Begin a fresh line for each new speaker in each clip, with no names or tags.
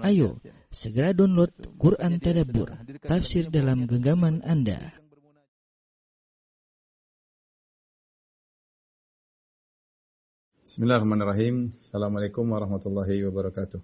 Ayo, segera download Quran Tadabbur, tafsir dalam genggaman Anda.
Bismillahirrahmanirrahim. Assalamualaikum warahmatullahi wabarakatuh.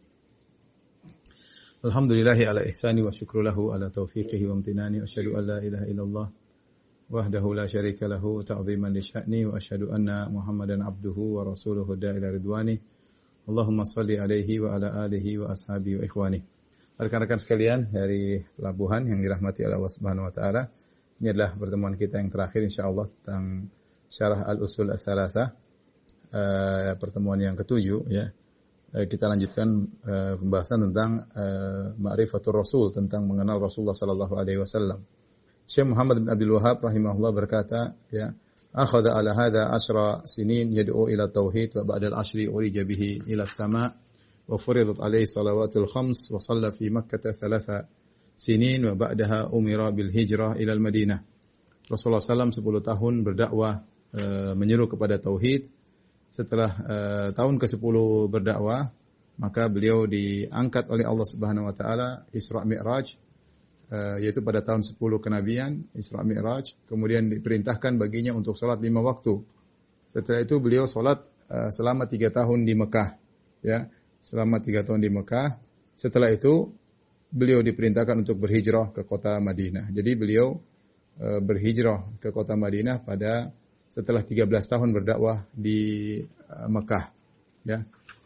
Alhamdulillahi ala ihsani wa syukru lahu ala taufiqihi wa amtinani. Wa asyhadu an la ilaha illallah wahdahu la syarika lahu ta'ziman li sya'ni. Wa asyhadu anna Muhammadan abduhu wa rasuluhu da'ila ridwani. Allahumma salli alaihi wa ala alihi wa ashabihi wa ikhwani. Rekan-rekan sekalian dari pelabuhan yang dirahmati oleh Allah Subhanahu wa taala. Ini adalah pertemuan kita yang terakhir insyaallah tentang syarah Al-Usul Ats-Tsalatsah. Pertemuan yang ketujuh ya. Kita lanjutkan pembahasan tentang Ma'rifatur Rasul, tentang mengenal Rasulullah sallallahu alaihi wasallam. Syekh Muhammad bin Abdul Wahhab rahimahullah berkata ya, akhadha ala hadha 10 sinin yad'u ila tauhid wa ba'da al-'ashri urija bihi ila as-sama' wa furidat alaihi salawatul khams wa shalla fi Makkah 3 sinin wa ba'daha umira bil hijrah ila al-Madinah. Rasulullah sallallahu 10 tahun berdakwah menyeru kepada tauhid. Setelah tahun ke-10 berdakwah, maka beliau diangkat oleh Allah Subhanahu wa taala Isra Mi'raj, yaitu pada tahun 10 kenabian, Isra Mi'raj, kemudian diperintahkan baginya untuk salat 5 waktu. Setelah itu beliau salat selama 3 tahun di Mekah, ya, selama 3 tahun di Mekah. Setelah itu beliau diperintahkan untuk berhijrah ke kota Madinah. Jadi beliau berhijrah ke kota Madinah pada setelah 13 tahun berdakwah di Mekah, ya.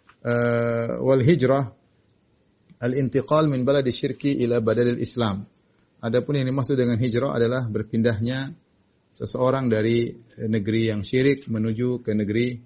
Wal hijrah al-intiqal min baladi syirki ila badalil Islam. Adapun yang dimaksud dengan hijrah adalah berpindahnya seseorang dari negeri yang syirik menuju ke negeri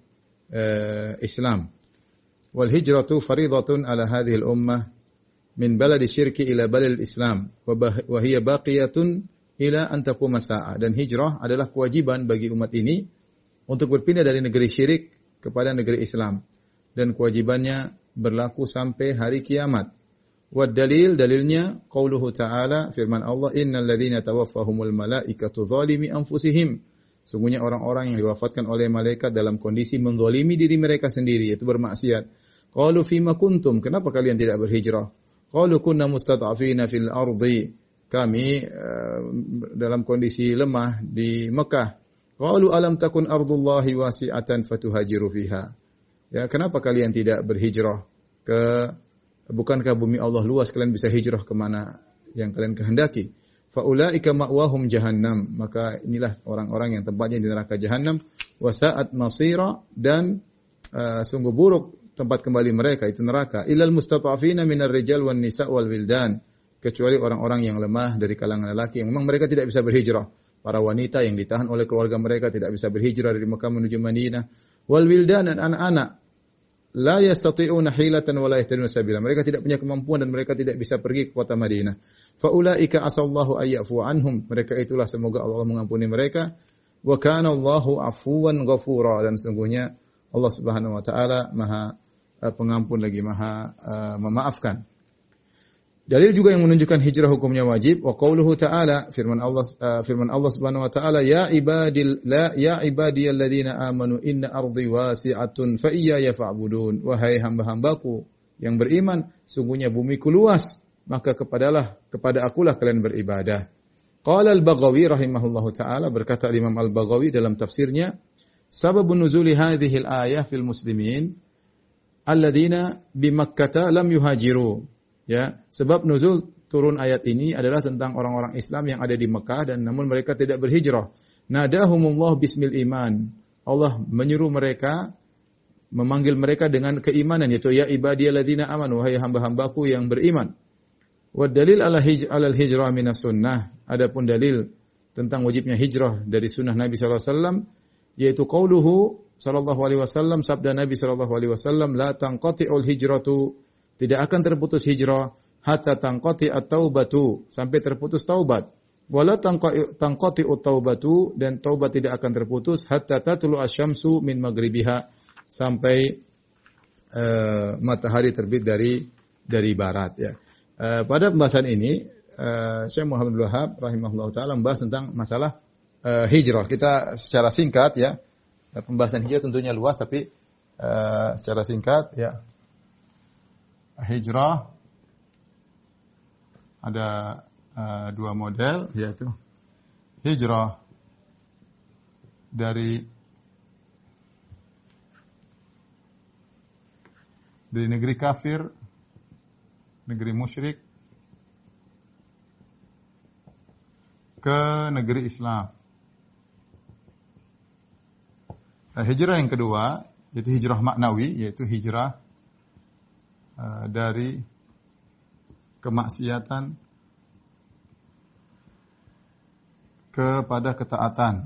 Islam. Wal hijratu faridatun ala hadhihi al-ummah min baladi syirki ila badalil Islam wa hiya baqiyatun ila an taquma sa'ah. Dan hijrah adalah kewajiban bagi umat ini untuk berpindah dari negeri syirik kepada negeri Islam, dan kewajibannya berlaku sampai hari kiamat. Wad dalilnya qauluhu ta'ala, firman Allah, innal ladzina tawaffahumul malaikatu zalimi anfusihim. Sungguhnya orang-orang yang diwafatkan oleh malaikat dalam kondisi menzalimi diri mereka sendiri, yaitu bermaksiat. Qalu fima kuntum, kenapa kalian tidak berhijrah? Qalu kunna mustad'afina fil ardi, kami dalam kondisi lemah di Mekah. Qalu alam takun ardullahi wasi'atan fatuhajiru fiha. Ya, kenapa kalian tidak berhijrah ke, bukankah bumi Allah luas, kalian bisa hijrah ke mana yang kalian kehendaki? Faulaika ma'wahum jahannam, maka inilah orang-orang yang tempatnya di neraka jahannam. Wa sa'at masira, dan sungguh buruk tempat kembali mereka, itu neraka. Illal mustata'afina minar rijal wan nisa wal wildan, kecuali orang-orang yang lemah dari kalangan lelaki yang memang mereka tidak bisa berhijrah. Para wanita yang ditahan oleh keluarga mereka tidak bisa berhijrah dari Mekah menuju Madinah. Wal wildan, dan anak-anak la yastati'una hilatan wa la yahtaduna sabila, mereka tidak punya kemampuan dan mereka tidak bisa pergi ke kota Madinah. Fa ulaika asallahu ayyafu anhum, mereka itulah semoga Allah mengampuni mereka. Wa kana Allahu afuwan ghafura, dan sungguhnya Allah Subhanahu wa taala Maha pengampun lagi Maha memaafkan. Dalil juga yang menunjukkan hijrah hukumnya wajib, wa qauluhu ta'ala, firman Allah Subhanahu wa taala, ya ibadiyalladzina amanu inna ardi wasi'atun fa iyaya fa'budun. Wahai hamba-hambaku yang beriman, sungguhnya bumiku luas, maka kepada akulah kalian beribadah. Qala al-Baghawi rahimahullahu taala, berkata Imam al-Baghawi dalam tafsirnya, sababun nuzuli hadhil ayah fil muslimin alladzina bi Makkah lam yuhajiru. Ya, sebab nuzul turun ayat ini adalah tentang orang-orang Islam yang ada di Mekah dan namun mereka tidak berhijrah. Nadahumullah bismil iman. Allah menyuruh mereka, memanggil mereka dengan keimanan, yaitu ya ibadiyalladzina amanu, wahai hamba-hambaku yang beriman. Wa dalil ala hijrah minas sunnah. Adapun dalil tentang wajibnya hijrah dari sunnah Nabi sallallahu alaihi wasallam, yaitu qauluhu sallallahu alaihi wasallam, sabda Nabi sallallahu alaihi wasallam, la tanqati'ul hijratu, tidak akan terputus hijrah hatta tanqati at-taubatu, sampai terputus taubat. Wala tanqati at-taubatu, dan taubat tidak akan terputus hatta tatlu asy-syamsu min maghribiha, sampai matahari terbit dari barat, ya. Pada pembahasan ini Syekh Muhammad bin Wahhab rahimahullah taala membahas tentang masalah hijrah. Kita secara singkat, ya. Pembahasan hijrah tentunya luas, tapi secara singkat, ya. Hijrah ada dua model, yaitu hijrah dari negeri kafir, negeri musyrik, ke negeri Islam. Hijrah yang kedua, yaitu hijrah maknawi, yaitu hijrah dari kemaksiatan kepada ketaatan.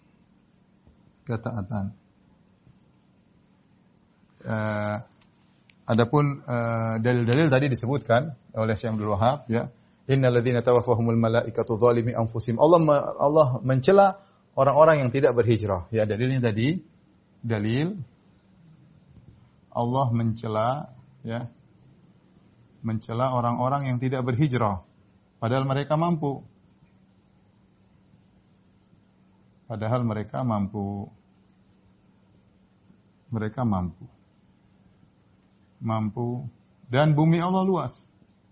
Adapun dalil-dalil tadi disebutkan oleh Syekh Abdul Wahab, ya. Innal ladzina tawaffahumul malaikatu dzalimi anfusihim. Allah mencela orang-orang yang tidak berhijrah. Ya, dalilnya tadi, dalil Allah mencela, ya. Mencela orang-orang yang tidak berhijrah padahal mereka mampu. Mereka mampu dan bumi Allah luas.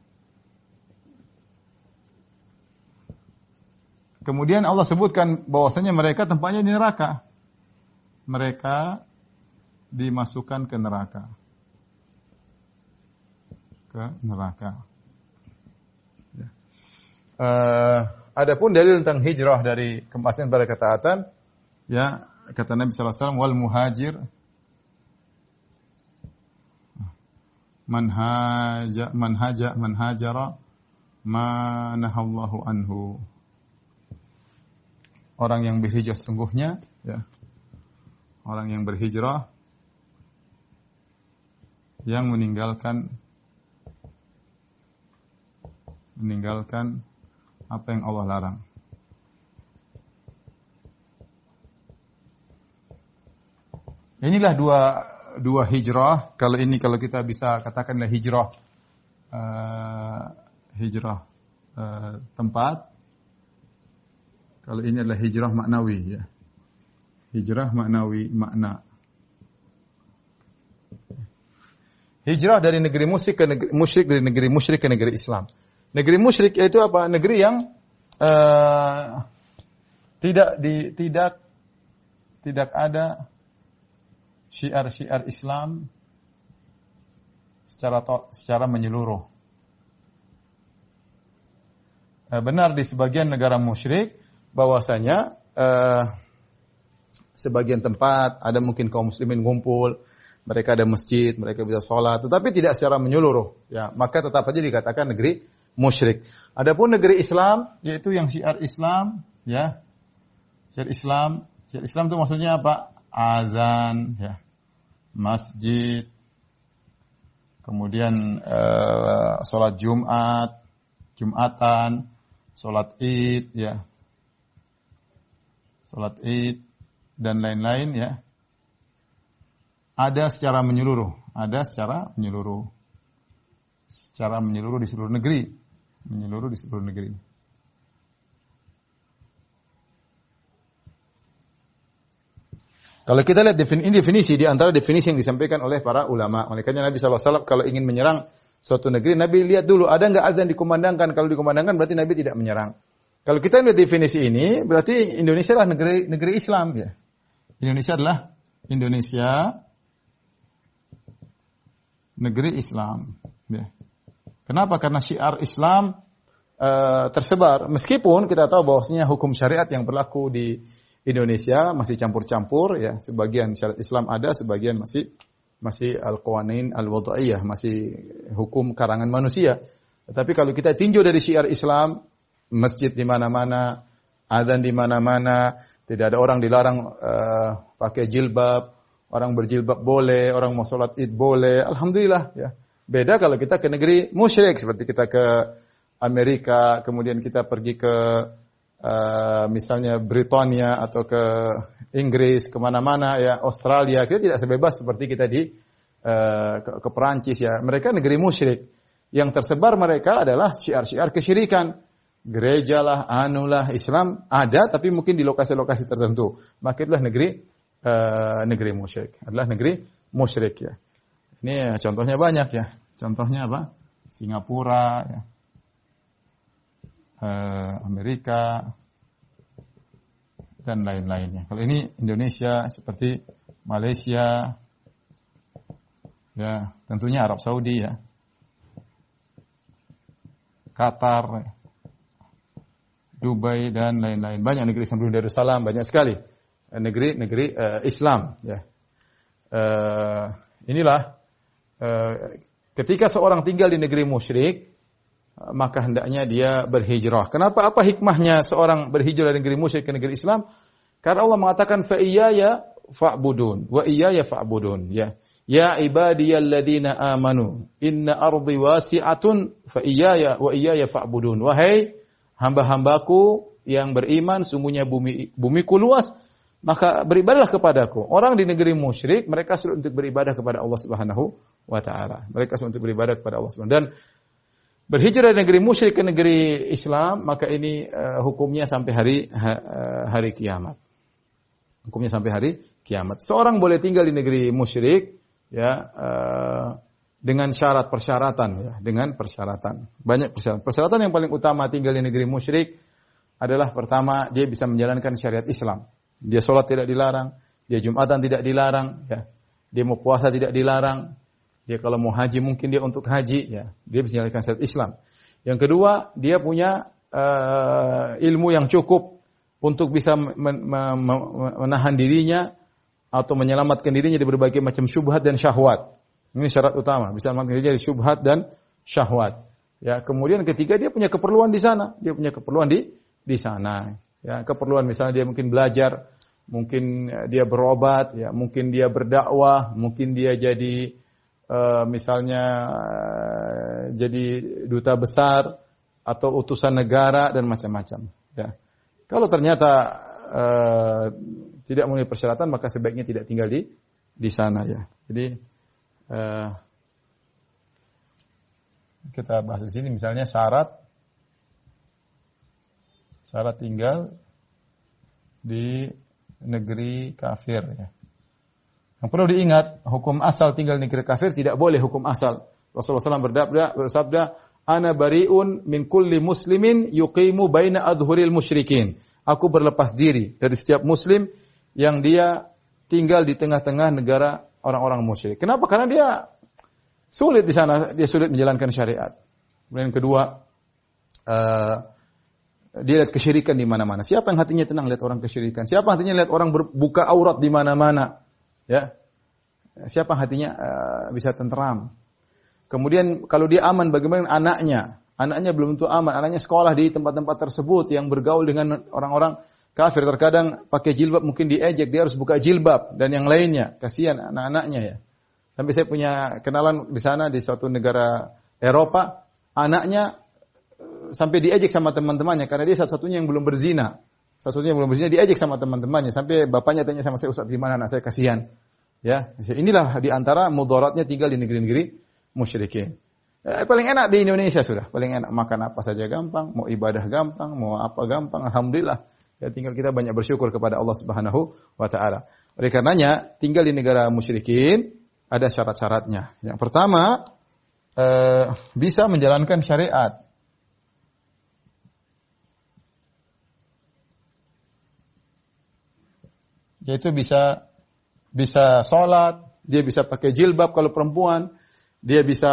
Kemudian Allah sebutkan bahwasanya mereka tempatnya di neraka. Mereka dimasukkan ke neraka. Ya. Adapun dalil tentang hijrah dari kemaksiatan pada ketaatan, ya, kata Nabi sallallahu alaihi wasallam, wal muhajir man hajara ma nahallahu anhu. Orang yang berhijrah sesungguhnya, ya. Orang yang berhijrah yang meninggalkan apa yang Allah larang. Inilah dua hijrah. Kalau kita bisa katakanlah hijrah tempat. Kalau ini adalah hijrah maknawi, ya. Hijrah maknawi, makna. Hijrah dari negeri musyrik dari negeri musyrik ke negeri Islam. Negeri musyrik yaitu apa? Negeri yang tidak ada syiar-syiar Islam secara menyeluruh. Benar di sebagian negara musyrik bahwasanya sebagian tempat ada mungkin kaum muslimin ngumpul, mereka ada masjid, mereka bisa sholat, tetapi tidak secara menyeluruh. Ya, maka tetap saja dikatakan negeri musyrik. Adapun negeri Islam, yaitu yang syiar Islam, ya. Syiar Islam itu maksudnya apa? Azan, ya. Masjid. Kemudian salat Jumatan, salat Id, ya. Salat Id dan lain-lain, ya. Ada secara menyeluruh, secara menyeluruh di seluruh negeri. Kalau kita lihat definisi di antara definisi yang disampaikan oleh para ulama. Makanya Nabi SAW kalau ingin menyerang suatu negeri, Nabi lihat dulu ada enggak azan dikumandangkan. Kalau dikumandangkan berarti Nabi tidak menyerang. Kalau kita lihat definisi ini, berarti Indonesia adalah negeri Islam, ya. Indonesia negeri Islam, ya. Kenapa? Karena syiar Islam tersebar. Meskipun kita tahu bahwasanya hukum syariat yang berlaku di Indonesia masih campur-campur, ya. Sebagian syariat Islam ada, sebagian masih al-qawanin al-wad'iyah, masih hukum karangan manusia. Tetapi kalau kita tinjau dari syiar Islam, masjid di mana-mana, azan di mana-mana, tidak ada orang dilarang pakai jilbab, orang berjilbab boleh, orang mau sholat Id boleh. Alhamdulillah, ya. Beda kalau kita ke negeri musyrik, seperti kita ke Amerika, kemudian kita pergi ke misalnya Britania atau ke Inggris, kemana-mana, ya, Australia, kita tidak sebebas seperti kita ke Perancis, ya. Mereka negeri musyrik. Yang tersebar mereka adalah syiar-syiar kesyirikan. Gereja lah, anulah, Islam ada, tapi mungkin di lokasi-lokasi tertentu. Maka itulah negeri musyrik. Adalah negeri musyrik, ya. Ini contohnya banyak, ya. Contohnya apa? Singapura, ya. Amerika, dan lain-lainnya. Kalau ini Indonesia seperti Malaysia, ya tentunya Arab Saudi ya, Qatar, Dubai dan lain-lain. Banyak negeri Islam, Darussalam, banyak sekali negeri-negeri Islam. Ya, inilah ketika seorang tinggal di negeri musyrik, maka hendaknya dia berhijrah. Kenapa? Apa hikmahnya seorang berhijrah dari negeri musyrik ke negeri Islam? Karena Allah mengatakan fa iyaya fa'budun wa iyaya fa'budun. Ya. Ya ibadiyalladzina amanu inna ardi wasi'atun fa iyaya wa iyaya fa'budun. Wahai hamba-hambaku yang beriman, sungguhnya bumiku luas, maka beribadahlah kepadaku. Orang di negeri musyrik mereka sulit untuk beribadah kepada Allah Subhanahu wa taala. Mereka sulit untuk beribadah kepada Allah Subhanahu dan berhijrah dari negeri musyrik ke negeri Islam, maka ini hukumnya sampai hari kiamat. Hukumnya sampai hari kiamat. Seorang boleh tinggal di negeri musyrik, ya, dengan persyaratan, ya, dengan persyaratan. Banyak persyaratan. Persyaratan yang paling utama tinggal di negeri musyrik adalah pertama dia bisa menjalankan syariat Islam. Dia sholat tidak dilarang, dia Jumatan tidak dilarang, ya. Dia mau puasa tidak dilarang. Dia kalau mau haji mungkin dia untuk haji, ya. Dia bisa menjalankan syariat Islam. Yang kedua, dia punya ilmu yang cukup untuk bisa menahan dirinya atau menyelamatkan dirinya dari berbagai macam syubhat dan syahwat. Ini syarat utama, bisa menyelamatkan dirinya dari syubhat dan syahwat. Ya, kemudian ketiga dia punya keperluan di sana. Dia punya keperluan di sana. Ya, keperluan misalnya dia mungkin belajar, mungkin dia berobat, ya, mungkin dia berdakwah, mungkin dia jadi misalnya jadi duta besar atau utusan negara dan macam-macam. Ya. Kalau ternyata tidak memenuhi persyaratan, maka sebaiknya tidak tinggal di sana, ya. Jadi kita bahas di sini misalnya syarat tinggal di negeri kafir, ya. Yang perlu diingat, hukum asal tinggal di negeri kafir tidak boleh hukum asal. Rasulullah SAW bersabda, "Ana bari'un min kulli muslimin yuqimu baina adhuril musyrikin." Aku berlepas diri dari setiap muslim yang dia tinggal di tengah-tengah negara orang-orang musyrik. Kenapa? Karena dia sulit di sana, dia sulit menjalankan syariat. Kemudian yang kedua, dia lihat kesyirikan di mana-mana. Siapa yang hatinya tenang lihat orang kesyirikan? Siapa hatinya lihat orang buka aurat di mana-mana? Ya, siapa hatinya bisa tenteram? Kemudian kalau dia aman, bagaimana anaknya? Anaknya belum tentu aman. Anaknya sekolah di tempat-tempat tersebut yang bergaul dengan orang-orang kafir. Terkadang pakai jilbab mungkin diejek, dia harus buka jilbab dan yang lainnya. Kasihan anak-anaknya, ya. Sampai saya punya kenalan di sana di suatu negara Eropa, anaknya sampai diejek sama teman-temannya karena dia satu-satunya yang belum berzina. Satu-satunya belum berzina diejek sama teman-temannya sampai bapaknya tanya sama saya, "Ustaz, gimana anak saya, kasihan." Ya, inilah di antara mudaratnya tinggal di negeri-negeri musyrikin. Paling enak di Indonesia sudah, paling enak makan apa saja gampang, mau ibadah gampang, mau apa gampang, alhamdulillah. Ya, tinggal kita banyak bersyukur kepada Allah Subhanahu wa taala. Oleh karenanya, tinggal di negara musyrikin ada syarat-syaratnya. Yang pertama, bisa menjalankan syariat. Yaitu bisa sholat, dia bisa pakai jilbab kalau perempuan, dia bisa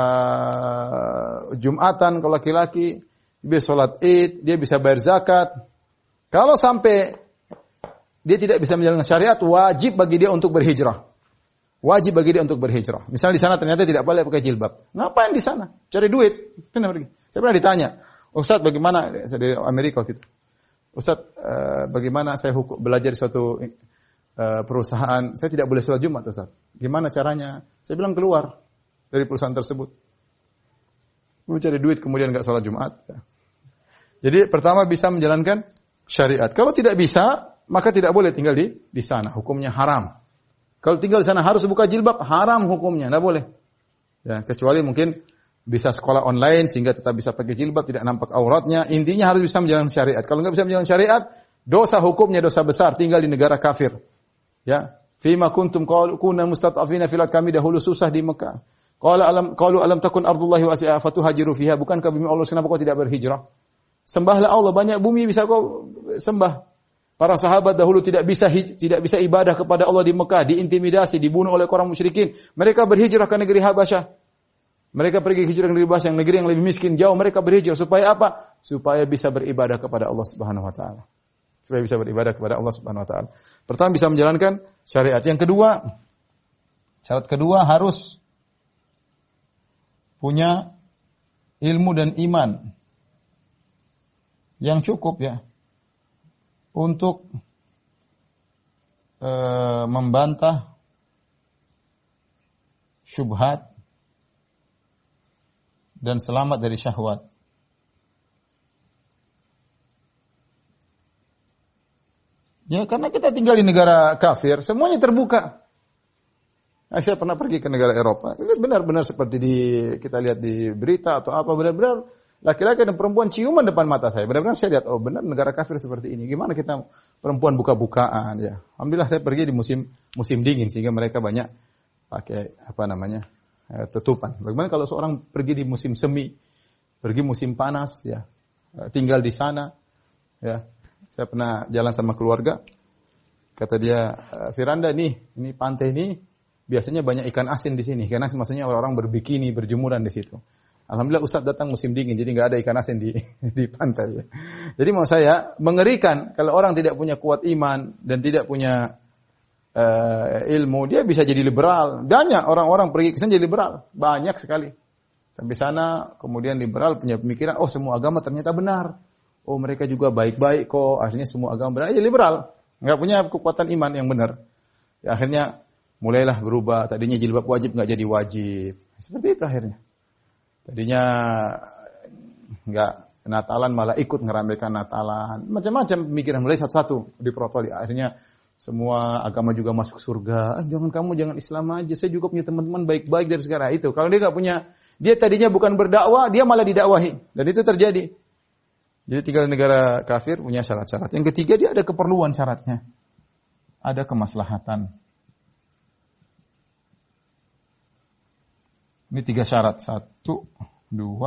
Jumatan kalau laki-laki, dia bisa sholat Id, dia bisa bayar zakat. Kalau sampai dia tidak bisa menjalankan syariat, wajib bagi dia untuk berhijrah. Wajib bagi dia untuk berhijrah. Misalnya di sana ternyata tidak boleh pakai jilbab. Ngapain di sana? Cari duit. Saya pernah ditanya, "Ustaz, bagaimana?" Dari Amerika waktu itu. "Ustaz, bagaimana saya belajar di suatu perusahaan, saya tidak boleh sholat Jumat, Ustaz. Gimana caranya?" Saya bilang keluar dari perusahaan tersebut. Lu cari duit kemudian enggak sholat Jumat. Jadi pertama bisa menjalankan syariat. Kalau tidak bisa, maka tidak boleh tinggal di sana. Hukumnya haram. Kalau tinggal di sana harus buka jilbab, haram hukumnya, enggak boleh. Ya, kecuali mungkin bisa sekolah online sehingga tetap bisa pakai jilbab, tidak nampak auratnya. Intinya harus bisa menjalankan syariat. Kalau enggak bisa menjalankan syariat, dosa hukumnya dosa besar, tinggal di negara kafir. Ya, fima kuntum kunna mustata'afina fil ard, kami dahulu susah di Mekah. Qalu alam takun ardullahi wasi'ah fatuhajiru fiha, bukankah bumi Allah kenapa kau tidak berhijrah? Sembahlah Allah, banyak bumi bisa kau sembah. Para sahabat dahulu tidak bisa ibadah kepada Allah di Mekah, diintimidasi, dibunuh oleh orang musyrikin. Mereka berhijrah ke negeri Habasyah. Mereka pergi hijrah ke negeri Habasyah, negeri yang lebih miskin jauh. Mereka berhijrah supaya apa? Supaya bisa beribadah kepada Allah Subhanahu wa taala. Supaya bisa beribadah kepada Allah Subhanahu wa taala. Pertama, bisa menjalankan syariat. Yang kedua, syarat kedua harus punya ilmu dan iman yang cukup ya untuk membantah syubhat dan selamat dari syahwat. Ya, karena kita tinggal di negara kafir, semuanya terbuka. Saya pernah pergi ke negara Eropa, benar-benar seperti kita lihat di berita atau apa, benar-benar laki-laki dan perempuan ciuman depan mata saya. Benar-benar saya lihat, oh benar negara kafir seperti ini. Gimana kita perempuan buka-bukaan ya. Alhamdulillah saya pergi di musim dingin sehingga mereka banyak pakai tutupan. Bagaimana kalau seorang pergi di musim semi, pergi musim panas ya, tinggal di sana ya. Saya pernah jalan sama keluarga, kata dia, Firanda ini pantai ini biasanya banyak ikan asin di sini. Ikan asin maksudnya orang-orang berbikini, berjemuran di situ. Alhamdulillah Ustaz datang musim dingin, jadi nggak ada ikan asin di pantai. Ya. Jadi mau saya mengerikan kalau orang tidak punya kuat iman dan tidak punya ilmu, dia bisa jadi liberal. Banyak orang-orang pergi ke sana jadi liberal, banyak sekali. Sampai sana kemudian liberal punya pemikiran, oh semua agama ternyata benar. Oh mereka juga baik-baik kok, akhirnya semua agama benar. Jadi liberal, nggak punya kekuatan iman yang benar. Ya, akhirnya mulailah berubah. Tadinya jilbab wajib nggak jadi wajib. Seperti itu akhirnya. Tadinya nggak Natalan malah ikut ngeramaikan Natalan. Macam-macam pemikiran mulai satu-satu diprotoli. Akhirnya semua agama juga masuk surga. Jangan Islam aja. Saya juga punya teman-teman baik-baik dari sekarang itu. Kalau dia nggak punya, dia tadinya bukan berdakwah, dia malah didakwahi. Dan itu terjadi. Jadi tinggal negara kafir punya syarat-syarat. Yang ketiga dia ada keperluan syaratnya. Ada kemaslahatan. Ini 3 syarat. 1, 2,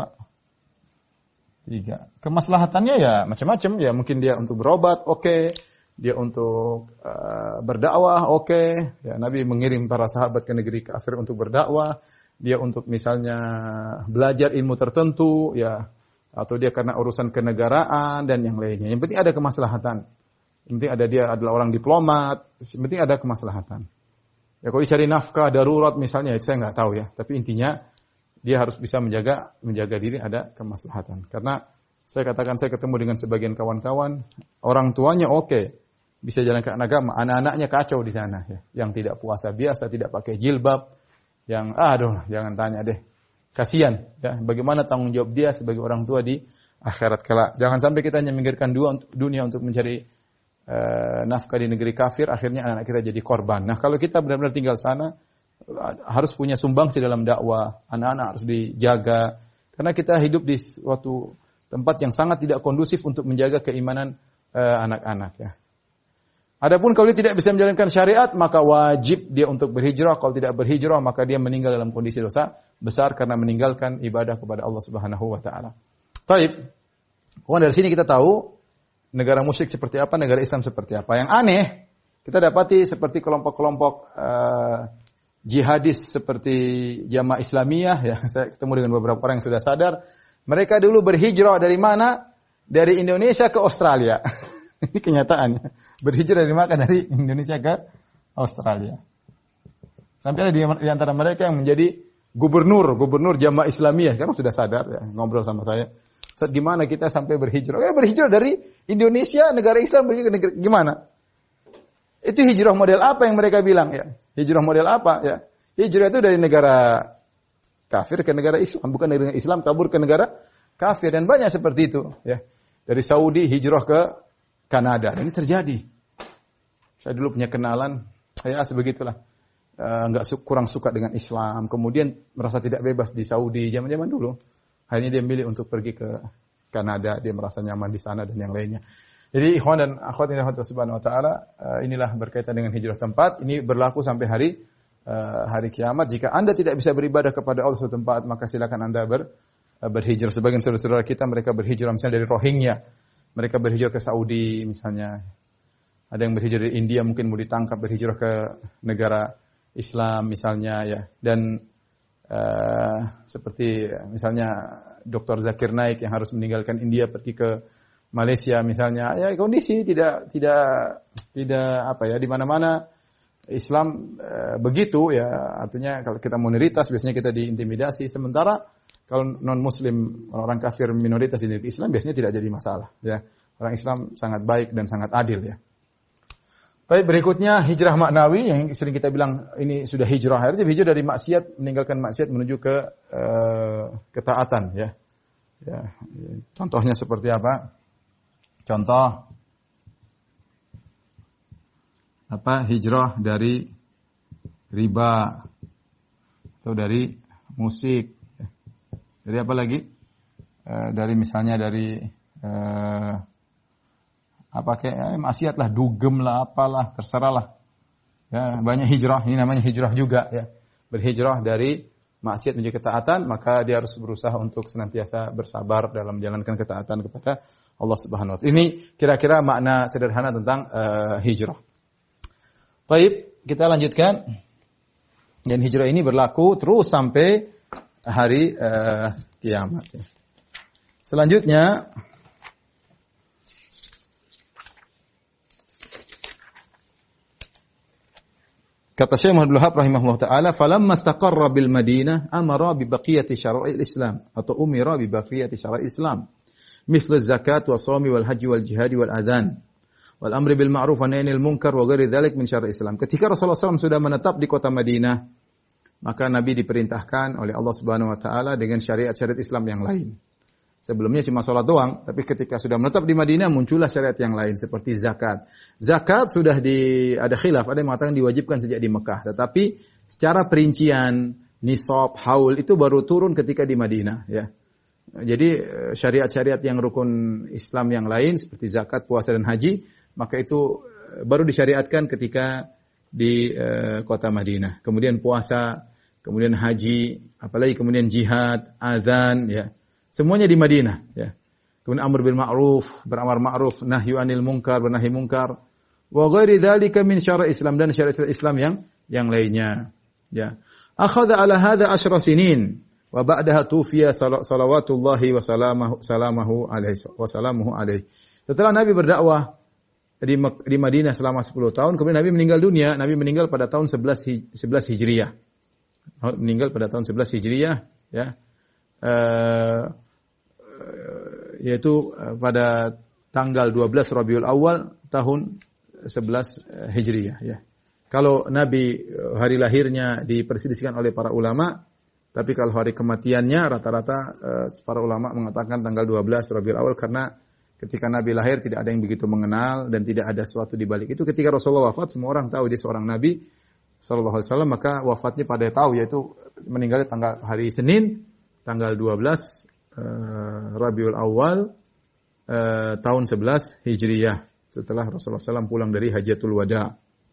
3. Kemaslahatannya ya macam-macam. Ya mungkin dia untuk berobat, oke. Dia untuk berdakwah, oke. Ya, Nabi mengirim para sahabat ke negeri kafir untuk berdakwah. Dia untuk misalnya belajar ilmu tertentu, ya. Atau dia karena urusan kenegaraan dan yang lainnya. Yang penting ada kemaslahatan. Yang penting dia adalah orang diplomat. Yang penting ada kemaslahatan. Ya kalau dicari nafkah darurat misalnya, itu saya nggak tahu ya. Tapi intinya dia harus bisa menjaga diri, ada kemaslahatan. Karena saya katakan saya ketemu dengan sebagian kawan-kawan, orang tuanya oke, bisa jalankan agama, anak-anaknya kacau di sana ya. Yang tidak puasa biasa, tidak pakai jilbab, yang jangan tanya deh. Kasihan ya, bagaimana tanggung jawab dia sebagai orang tua di akhirat kelak. Jangan sampai kita hanya memikirkan dunia untuk mencari nafkah di negeri kafir, akhirnya anak-anak kita jadi korban. Nah, kalau kita benar-benar tinggal sana, harus punya sumbangsi dalam dakwah, anak-anak harus dijaga. Karena kita hidup di suatu tempat yang sangat tidak kondusif untuk menjaga keimanan anak-anak ya. Adapun kalau dia tidak bisa menjalankan syariat, maka wajib dia untuk berhijrah. Kalau tidak berhijrah, maka dia meninggal dalam kondisi dosa besar karena meninggalkan ibadah kepada Allah Subhanahu wa taala. Baik. Dari sini kita tahu negara musyrik seperti apa, negara Islam seperti apa. Yang aneh, kita dapati seperti kelompok-kelompok jihadis seperti Jamaah Islamiyah ya. Saya ketemu dengan beberapa orang yang sudah sadar, mereka dulu berhijrah dari mana? Dari Indonesia ke Australia. Ini kenyataannya. Berhijrah dari Indonesia ke Australia. Sampai ada di antara mereka yang menjadi gubernur Jamaah Islamiyah. Sekarang sudah sadar ya, ngobrol sama saya. Ustaz, gimana kita sampai berhijrah? Berhijrah dari Indonesia, negara Islam, berhijrah ke negara gimana? Itu hijrah model apa yang mereka bilang ya? Hijrah model apa ya? Hijrah itu dari negara kafir ke negara Islam, bukan dari negara Islam kabur ke negara kafir, dan banyak seperti itu ya. Dari Saudi hijrah ke Kanada, dan ini terjadi. Saya dulu punya kenalan, saya sebegitulah, kurang suka dengan Islam, kemudian merasa tidak bebas di Saudi zaman-zaman dulu. Akhirnya dia milih untuk pergi ke Kanada, dia merasa nyaman di sana dan yang lainnya. Jadi ikhwan dan akhwat yang dirahmati Allah Subhanahu wa taala, inilah berkaitan dengan hijrah tempat. Ini berlaku sampai hari kiamat. Jika Anda tidak bisa beribadah kepada Allah suatu tempat, maka silakan Anda berhijrah. Sebagian saudara-saudara kita mereka berhijrah misalnya dari Rohingya. Mereka berhijrah ke Saudi misalnya. Ada yang berhijrah dari India mungkin mau ditangkap berhijrah ke negara Islam misalnya ya. Dan seperti misalnya Dr. Zakir Naik yang harus meninggalkan India pergi ke Malaysia misalnya. Ya kondisi tidak apa ya, di mana-mana Islam begitu ya. Artinya kalau kita minoritas biasanya kita diintimidasi, sementara kalau non muslim orang kafir minoritas di negeri Islam biasanya tidak jadi masalah ya. Orang Islam sangat baik dan sangat adil ya. Baik, berikutnya hijrah maknawi yang sering kita bilang ini sudah hijrah. Artinya hijrah dari maksiat, meninggalkan maksiat menuju ke ketaatan ya. Ya, contohnya seperti apa? Contoh apa? Hijrah dari riba atau dari musik. Dari apa lagi? Dari misalnya dari apa kayak maksiat lah, dugem lah, apalah, terserah lah. Ya, banyak hijrah, ini namanya hijrah juga ya. Berhijrah dari maksiat menuju ketaatan, maka dia harus berusaha untuk senantiasa bersabar dalam menjalankan ketaatan kepada Allah Subhanahu wa taala. Ini kira-kira makna sederhana tentang hijrah. Baik, kita lanjutkan. Dan hijrah ini berlaku terus sampai hari kiamat ya. Selanjutnya kata Syekh Muhammad Abdul Wahhab rahimahullah taala, "Falamma istaqarra bil Madinah amara bi baqiyati syara'il Islam atau umira bi baqiyati syara'il Islam, misal zakat wa shaumi wal haji wal jihad wal adzan wal amri bil ma'ruf wa nahyi anil munkar wa ghairi dzalik min syara'il Islam." Ketika Rasulullah SAW sudah menetap di kota Madinah, maka Nabi diperintahkan oleh Allah Subhanahu wa taala dengan syariat-syariat Islam yang lain. Sebelumnya cuma sholat doang, tapi ketika sudah menetap di Madinah muncullah syariat yang lain seperti zakat. Zakat sudah ada khilaf, ada yang mengatakan diwajibkan sejak di Mekah, tetapi secara perincian nisab, haul itu baru turun ketika di Madinah ya. Jadi syariat-syariat yang rukun Islam yang lain seperti zakat, puasa dan haji, maka itu baru disyariatkan ketika di kota Madinah. Kemudian puasa, kemudian haji, apalagi kemudian jihad, azan ya. Semuanya di Madinah ya. Kemudian amr bil ma'ruf, beramar ma'ruf, nahyu anil munkar, bernahi munkar. Wa ghairi dzalika min syara'i Islam, dan syariat Islam yang lainnya ya. Akhadha ala hadha 10 sinin wa ba'daha tufiya salawatullahi wa salamuhu alaihi. Setelah Nabi berdakwah di Madinah selama 10 tahun, kemudian Nabi meninggal dunia. Nabi meninggal pada tahun 11 Hijriah. Meninggal pada tahun 11 Hijriah ya. Yaitu pada tanggal 12 Rabiul Awal tahun 11 Hijriah ya. Kalau Nabi hari lahirnya diperselisihkan oleh para ulama, tapi kalau hari kematiannya rata-rata para ulama mengatakan tanggal 12 Rabiul Awal, karena ketika Nabi lahir tidak ada yang begitu mengenal dan tidak ada sesuatu di balik itu. Ketika Rasulullah wafat, semua orang tahu dia seorang Nabi sallallahu alaihi wasallam, maka wafatnya pada tahu, yaitu meninggalnya tanggal hari Senin tanggal 12 Rabiul Awal tahun 11 Hijriyah, setelah Rasulullah SAW pulang dari Hajatul Wada.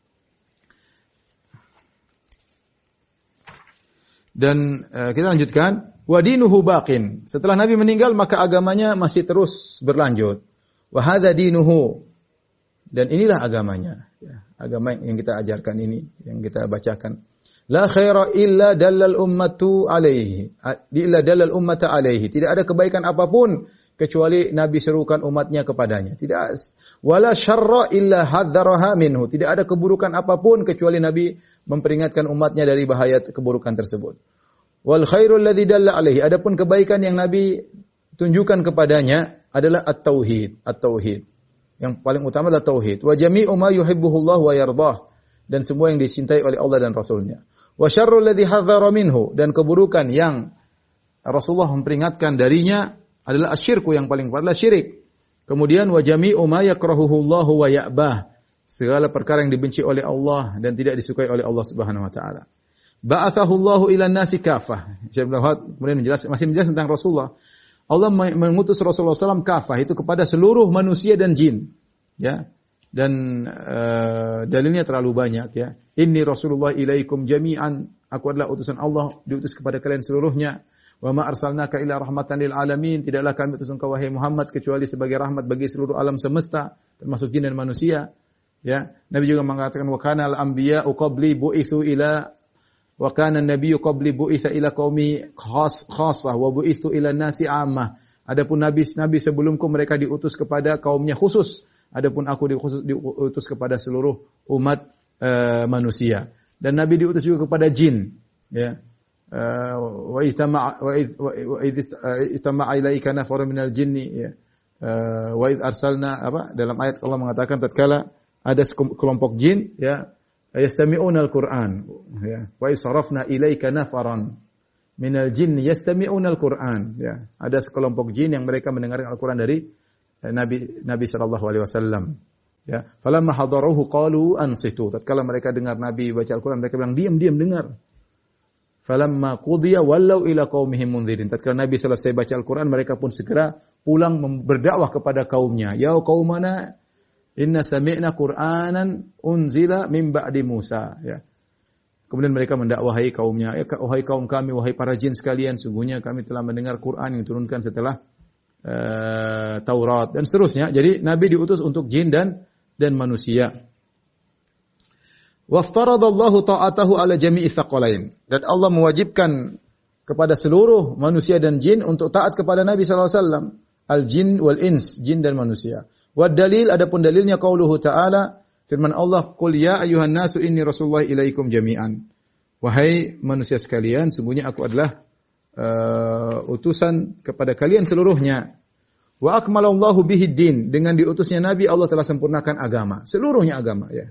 Dan kita lanjutkan, wa dinuhu baqin. Setelah Nabi meninggal maka agamanya masih terus berlanjut. Wa hadza dinuhu. Dan inilah agamanya, ya, agama yang kita ajarkan ini, yang kita bacakan. La khaira illa dallal ummatu alaihi. Illa dallal ummata alaihi. Tidak ada kebaikan apapun kecuali Nabi serukan umatnya kepadanya. Tidak. Wala syarra illa hadzaraha minhu. Tidak ada keburukan apapun kecuali Nabi memperingatkan umatnya dari bahaya keburukan tersebut. Wal khairul ladzi dalla alaihi. Adapun kebaikan yang Nabi tunjukkan kepadanya adalah at-tauhid. At-tauhid. Yang paling utama adalah tauhid. Wa jami'u ma yuhibbuhullah wa yardah. Dan semua yang dicintai oleh Allah dan Rasulnya. Wa syarrul ladzi hadzara minhu, dan keburukan yang Rasulullah memperingatkan darinya adalah asyirku, yang paling parah adalah syirik. Kemudian wa jami'u ma yakrahuhullahu wa ya'bah, segala perkara yang dibenci oleh Allah dan tidak disukai oleh Allah Subhanahu wa taala. Ba'athahullahu ilan nasi kafah. Syekh Abdul Wahhab kemudian masih menjelaskan tentang Rasulullah. Allah mengutus Rasulullah SAW kafah, itu kepada seluruh manusia dan jin. Ya. Dan dalilnya terlalu banyak ya. Inni Rasulullah ilaikum jami'an. Aku adalah utusan Allah, diutus kepada kalian seluruhnya. Wa ma arsalnaka illa rahmatan lil alamin, tidaklah kami utus engkau wahai Muhammad kecuali sebagai rahmat bagi seluruh alam semesta, termasuk jin dan manusia. Ya, Nabi juga mengatakan wa kana al-anbiya'u qabli bu'itsu ila wa kana an-nabiyyu qabli bu'itsa ila qaumi khassah wa bu'itsu ila nasi 'ammah. Adapun nabi-nabi sebelumku mereka diutus kepada kaumnya khusus, adapun aku diutus kepada seluruh umat manusia. Dan nabi diutus juga kepada jin, ya. Wa istama'a ilaika nafarun minal jinni, ya. Wa id arsalna, dalam ayat Allah mengatakan tatkala ada kelompok jin, ya, yastami'una al-Qur'an, ya. Wa isarafna ilaika nafaran minal jinni yastami'una al-Qur'an, ya. Ada sekelompok jin yang mereka mendengarkan Al-Qur'an dari Nabi sallallahu alaihi wasallam. Ya, falamma hadaruhu qalu ansitu. Tatkala mereka dengar Nabi baca Al-Qur'an, mereka bilang diam dengar. Falamma qudiya wallau ila qaumihim mundzirin. Tatkala Nabi selesai baca Al-Qur'an, mereka pun segera pulang berdakwah kepada kaumnya. Ya qaumana inna sami'na Qur'anan unzila min ba'di Musa, ya. Kemudian mereka mendakwahi kaumnya, wahai kaum kami, wahai para jin sekalian, sungguhnya kami telah mendengar Qur'an yang diturunkan setelah Taurat dan seterusnya. Jadi Nabi diutus untuk jin dan manusia. Waftaradallahu ta'atahu ala jami'i tsaqalain. Dan Allah mewajibkan kepada seluruh manusia dan jin untuk taat kepada Nabi sallallahu alaihi wasallam. Al-jin wal ins, jin dan manusia. Wad dalil, adapun dalilnya qauluhu ta'ala, firman Allah, qul ya ayyuhan nasu inni rasulullah ilaikum jami'an. Wahai manusia sekalian, sungguhnya aku adalah utusan kepada kalian seluruhnya. Wa akmalallahu bihi din, dengan diutusnya Nabi Allah telah sempurnakan agama, seluruhnya agama, ya.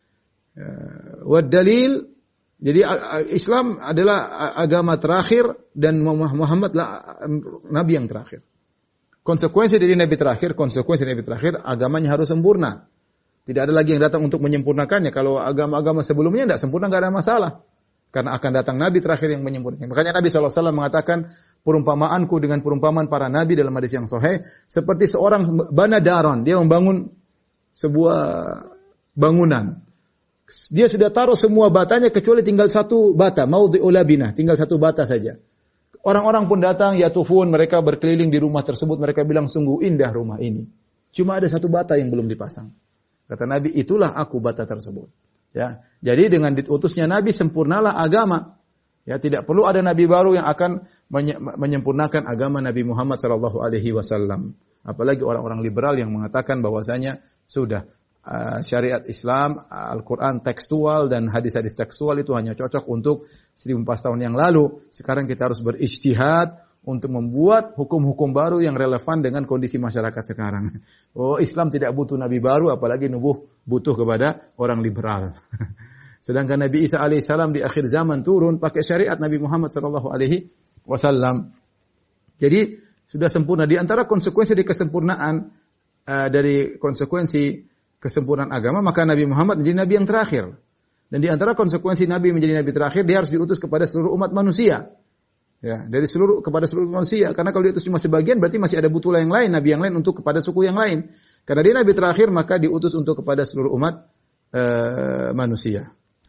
Wad dalil, jadi Islam adalah agama terakhir dan Muhammadlah nabi yang terakhir. Konsekuensi dari nabi terakhir, agamanya harus sempurna. Tidak ada lagi yang datang untuk menyempurnakannya. Kalau agama-agama sebelumnya tidak sempurna, tidak ada masalah. Karena akan datang nabi terakhir yang menyempurnakan. Makanya Nabi SAW mengatakan, perumpamaanku dengan perumpamaan para nabi dalam hadis yang sahih, seperti seorang bana daron, dia membangun sebuah bangunan. Dia sudah taruh semua batanya kecuali tinggal satu bata, maudhi'ul labinah, tinggal satu bata saja. Orang-orang pun datang, yatufun, mereka berkeliling di rumah tersebut, mereka bilang sungguh indah rumah ini. Cuma ada satu bata yang belum dipasang. Kata Nabi, itulah aku bata tersebut. Ya, jadi dengan diutusnya Nabi sempurnalah agama. Ya, tidak perlu ada nabi baru yang akan menyempurnakan agama Nabi Muhammad sallallahu alaihi wasallam. Apalagi orang-orang liberal yang mengatakan bahwasanya sudah syariat Islam, Al-Quran tekstual dan hadis-hadis tekstual itu hanya cocok untuk 1400 tahun yang lalu. Sekarang kita harus berijtihad untuk membuat hukum-hukum baru yang relevan dengan kondisi masyarakat sekarang. Oh, Islam tidak butuh nabi baru, apalagi nubuh butuh kepada orang liberal. Sedangkan Nabi Isa alaihissalam di akhir zaman turun pakai syariat Nabi Muhammad sallallahu alaihi wasallam. Jadi sudah sempurna. Di antara konsekuensi dari kesempurnaan dari konsekuensi kesempurnaan agama, maka Nabi Muhammad menjadi nabi yang terakhir. Dan di antara konsekuensi Nabi menjadi nabi terakhir, dia harus diutus kepada seluruh umat manusia. Ya, kepada seluruh manusia. Karena kalau diutus cuma sebagian, berarti masih ada butuh yang lain, nabi yang lain untuk kepada suku yang lain. Karena dia nabi terakhir, maka diutus untuk kepada seluruh umat manusia.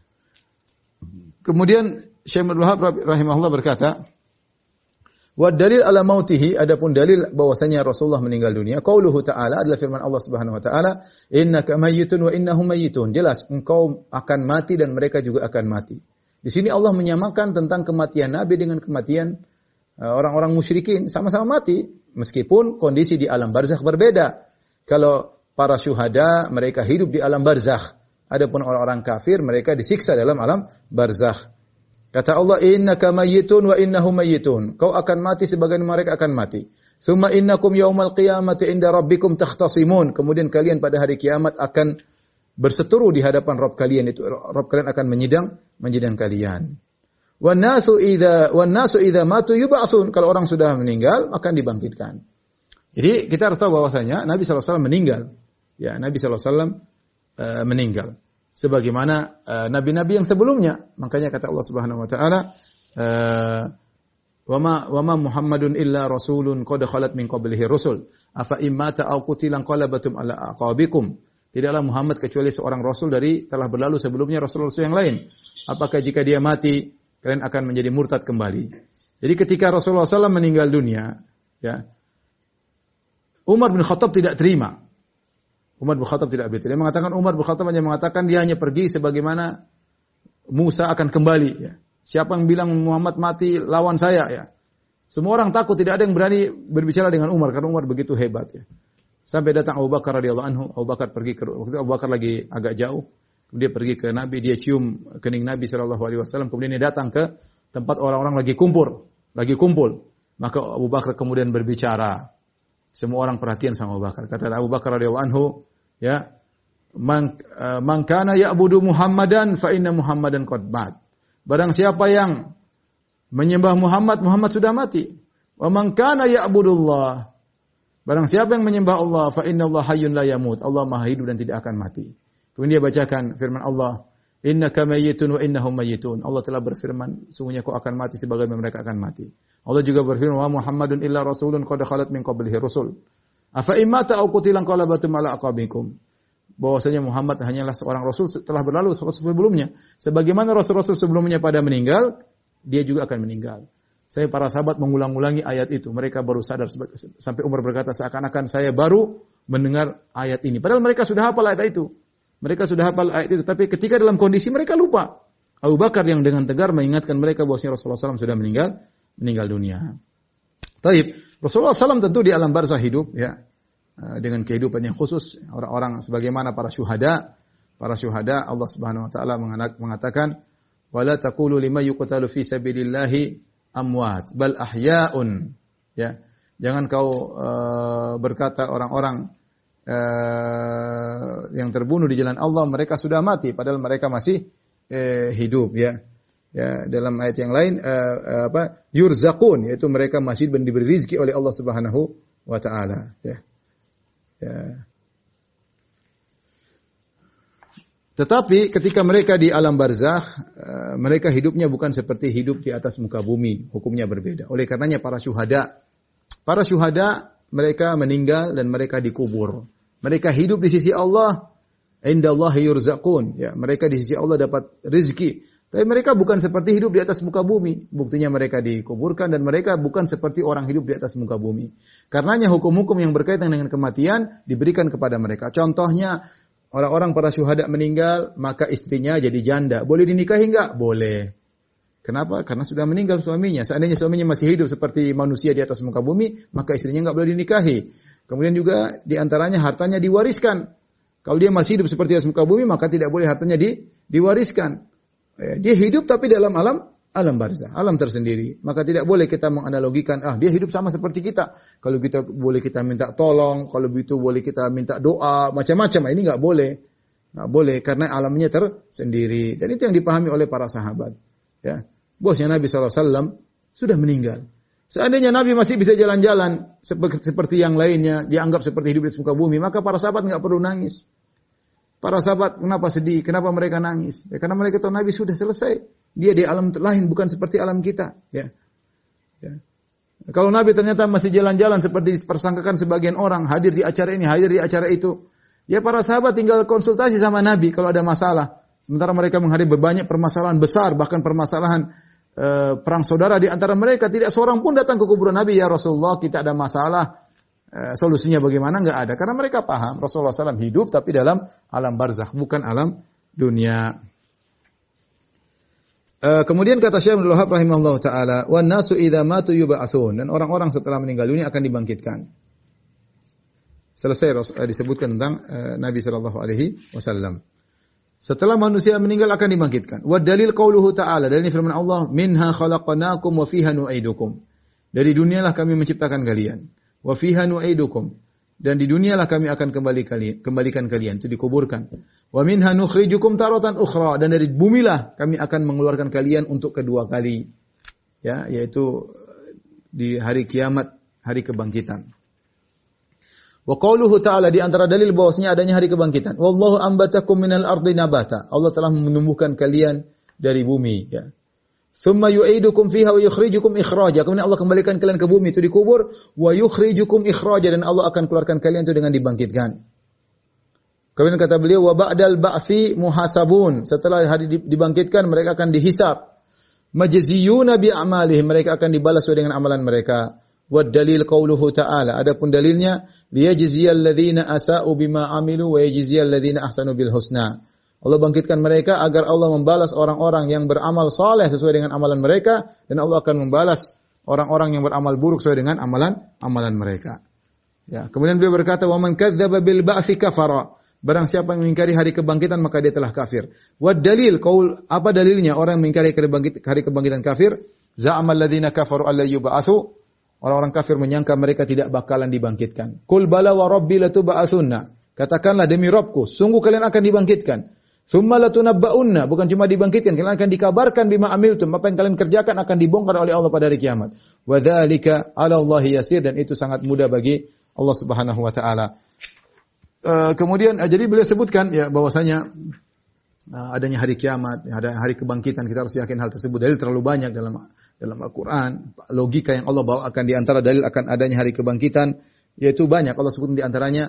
Kemudian Syekh Abdul Wahab rahimahullah berkata, wa dalil ala mautihi, adapun dalil bahwasanya Rasulullah meninggal dunia, qauluhu ta'ala adalah firman Allah Subhanahu wa taala, innaka mayyitun wa innahum mayyitun. Jelas engkau akan mati dan mereka juga akan mati. Di sini Allah menyamakan tentang kematian Nabi dengan kematian orang-orang musyrikin, sama-sama mati meskipun kondisi di alam barzakh berbeda. Kalau para syuhada mereka hidup di alam barzakh, adapun orang-orang kafir mereka disiksa dalam alam barzakh. Kata Allah, innaka mayyitun wa innahum mayyitun. Kau akan mati sebagaimana mereka akan mati. Tsumma innakum yaumal qiyamati inda rabbikum takhtasimun. Kemudian kalian pada hari kiamat akan berseteru di hadapan Rabb kalian, itu Rabb kalian akan menyidang kalian. Wan nasu idza matu yub'atsun. Kalau orang sudah meninggal akan dibangkitkan. Jadi kita harus tahu bahwasanya Nabi sallallahu alaihi wasallam meninggal. Ya, Nabi sallallahu alaihi wasallam meninggal. Sebagaimana nabi-nabi yang sebelumnya. Makanya kata Allah Subhanahu wa taala, wa ma Muhammadun illa rasulun qad khalat min qablihi rusul afa immata aw qutilan qalabatum ala aqabikum. Tidaklah Muhammad kecuali seorang rasul dari telah berlalu sebelumnya rasul-rasul yang lain. Apakah jika dia mati kalian akan menjadi murtad kembali? Jadi ketika Rasulullah SAW meninggal dunia, ya, Umar bin Khattab tidak terima. Umar bin Khattab tidak terima. Dia mengatakan Umar bin Khattab dia hanya pergi sebagaimana Musa akan kembali. Ya. Siapa yang bilang Muhammad mati lawan saya? Ya. Semua orang takut, tidak ada yang berani berbicara dengan Umar karena Umar begitu hebat. Ya. Sampai datang Abu Bakar radhiyallahu anhu. Abu Bakar pergi waktu itu Abu Bakar lagi agak jauh. Dia pergi ke Nabi, dia cium kening Nabi SAW. Kemudian dia datang ke tempat orang-orang lagi kumpul. Maka Abu Bakar kemudian berbicara. Semua orang perhatian sama Abu Bakar. Kata Abu Bakar radhiyallahu anhu, ya, man kana ya'budu Muhammadan fa inna Muhammadan qad mat. Barang siapa yang menyembah Muhammad, Muhammad sudah mati. Wa man kana ya'budullah. Barang siapa yang menyembah Allah, fa inna Allah hayyun la yamut. Allah Maha hidup dan tidak akan mati. Kemudian dia bacakan firman Allah, innaka mayyitun wa innahum mayyitun. Allah telah berfirman, sungguhnya kau akan mati sebagaimana mereka akan mati. Allah juga berfirman, wa Muhammadun illa rasulun qad khalat min qablihi rusul. Afa imata aw qutilan qalabatum ala aqabikum. Bahwasanya Muhammad hanyalah seorang rasul setelah berlalu rasul sebelumnya. Sebagaimana rasul-rasul sebelumnya pada meninggal, dia juga akan meninggal. Saya para sahabat mengulang-ulangi ayat itu. Mereka baru sadar sampai Umar berkata seakan-akan saya baru mendengar ayat ini. Padahal mereka sudah hafal ayat itu. Mereka sudah hafal ayat itu, tapi ketika dalam kondisi mereka lupa. Abu Bakar yang dengan tegar mengingatkan mereka bahwasanya Rasulullah SAW sudah meninggal dunia. Taib, Rasulullah SAW tentu di alam barzah hidup, ya, dengan kehidupan yang khusus. Orang-orang sebagaimana para syuhada Allah Subhanahu Wa Taala mengatakan, wala taqulu lima yuqtalu fi sabilillahi amwat, bal ahya'un. Ya, jangan kau berkata orang-orang yang terbunuh di jalan Allah mereka sudah mati padahal mereka masih hidup, ya. Ya, dalam ayat yang lain yurzaqun, yaitu mereka masih diberi rezeki oleh Allah Subhanahu wa taala, ya. Ya. Tetapi ketika mereka di alam barzakh, mereka hidupnya bukan seperti hidup di atas muka bumi, hukumnya berbeda. Oleh karenanya para syuhada mereka meninggal dan mereka dikubur. Mereka hidup di sisi Allah, indallahi yurzaqun. Ya, mereka di sisi Allah dapat rezeki. Tapi mereka bukan seperti hidup di atas muka bumi. Buktinya mereka dikuburkan dan mereka bukan seperti orang hidup di atas muka bumi. Karenanya hukum-hukum yang berkaitan dengan kematian diberikan kepada mereka. Contohnya, orang-orang para syuhada meninggal, maka istrinya jadi janda. Boleh dinikahi enggak? Boleh. Kenapa? Karena sudah meninggal suaminya. Seandainya suaminya masih hidup seperti manusia di atas muka bumi, maka istrinya enggak boleh dinikahi. Kemudian juga di antaranya hartanya diwariskan. Kalau dia masih hidup seperti di atas muka bumi, maka tidak boleh hartanya diwariskan. Dia hidup tapi dalam alam barzah, alam tersendiri. Maka tidak boleh kita menganalogikan, dia hidup sama seperti kita. Kalau kita boleh kita minta tolong, kalau begitu boleh kita minta doa, macam-macam. Ini enggak boleh. Enggak boleh karena alamnya tersendiri. Dan itu yang dipahami oleh para sahabat. Ya. Bosnya Nabi SAW sudah meninggal. Seandainya Nabi masih bisa jalan-jalan seperti yang lainnya, dianggap seperti hidup di muka bumi, maka para sahabat enggak perlu nangis. Para sahabat kenapa sedih? Kenapa mereka nangis? Ya, karena mereka tahu Nabi sudah selesai. Dia di alam lain, bukan seperti alam kita. Ya. Ya. Kalau Nabi ternyata masih jalan-jalan seperti dipersangkakan sebagian orang, hadir di acara ini, hadir di acara itu, ya para sahabat tinggal konsultasi sama Nabi kalau ada masalah. Sementara mereka menghadapi berbanyak permasalahan besar, bahkan permasalahan perang saudara di antara mereka. Tidak seorang pun datang ke kuburan Nabi, ya Rasulullah kita ada masalah, solusinya bagaimana? Enggak ada. Karena mereka paham Rasulullah SAW hidup tapi dalam alam barzakh, bukan alam dunia. Kemudian kata Syekh Abdul Wahab rahimahullah ta'ala, wan nasu idza matu yub'atsun, dan orang-orang setelah meninggal dunia akan dibangkitkan. Selesai disebutkan tentang Nabi sallallahu alaihi wasallam. Setelah manusia meninggal akan dibangkitkan. Wa dalil qauluhu ta'ala, dan ini firman Allah, minha khalaqnakum wa fiha nu'idukum. Dari dunialah kami menciptakan kalian. Wa fiha nu'idukum. Dan di dunialah kami akan kembalikan kalian, itu dikuburkan. Wa minha nukhrijukum taratan ukhra, dan dari bumilah kami akan mengeluarkan kalian untuk kedua kali. Ya, yaitu di hari kiamat, hari kebangkitan. Wa qauluhu ta'ala, di antara dalil bahwasanya adanya hari kebangkitan. Wallahu ambatakum minal ardi nabata. Allah telah menumbuhkan kalian dari bumi, ya. Tsumma yu'idukum fiha wa yukhrijukum ikhraja. Kemudian Allah kembalikan kalian ke bumi, itu dikubur, wa yukhrijukum ikhraja, dan Allah akan keluarkan kalian itu dengan dibangkitkan. Kemudian kata beliau, wa ba'dal ba'tsi muhasabun. Setelah hari dibangkitkan mereka akan dihisab. majziyuna bi a'malihim, mereka akan dibalas sesuai dengan amalan mereka. Wad dalil qauluhu ta'ala, adapun dalilnya liyajziyal ladzina asa'u bima amilu wa yajziyal ladzina ahsanu bil husna. Allah bangkitkan mereka agar Allah membalas orang-orang yang beramal saleh sesuai dengan amalan mereka, dan Allah akan membalas orang-orang yang beramal buruk sesuai dengan amalan mereka. Ya, kemudian beliau berkata, "Wa man kadzdzaba bil ba'tsi kafara." Barang siapa yang mengingkari hari kebangkitan maka dia telah kafir. Wad dalil, apa dalilnya orang yang mengingkari hari kebangkitan kafir? Za'amal ladzina kafaru alla yub'atsu. Orang-orang kafir menyangka mereka tidak bakalan dibangkitkan. Qul bala wa rabbi latub'atsunna. Katakanlah demi Rabbku, sungguh kalian akan dibangkitkan. Tsumma latunabba'unna, bukan cuma dibangkitkan, kalian akan dikabarkan bima amiltum, apa yang kalian kerjakan akan dibongkar oleh Allah pada hari kiamat. Wa dzalika 'ala Allahi yasir, dan itu sangat mudah bagi Allah Subhanahu wa taala. Kemudian jadi beliau sebutkan ya bahwasanya adanya hari kiamat, ada hari kebangkitan, kita harus yakin hal tersebut. Dalil terlalu banyak dalam Al-Qur'an, logika yang Allah bawa akan di antara dalil akan adanya hari kebangkitan yaitu banyak. Allah sebutkan di antaranya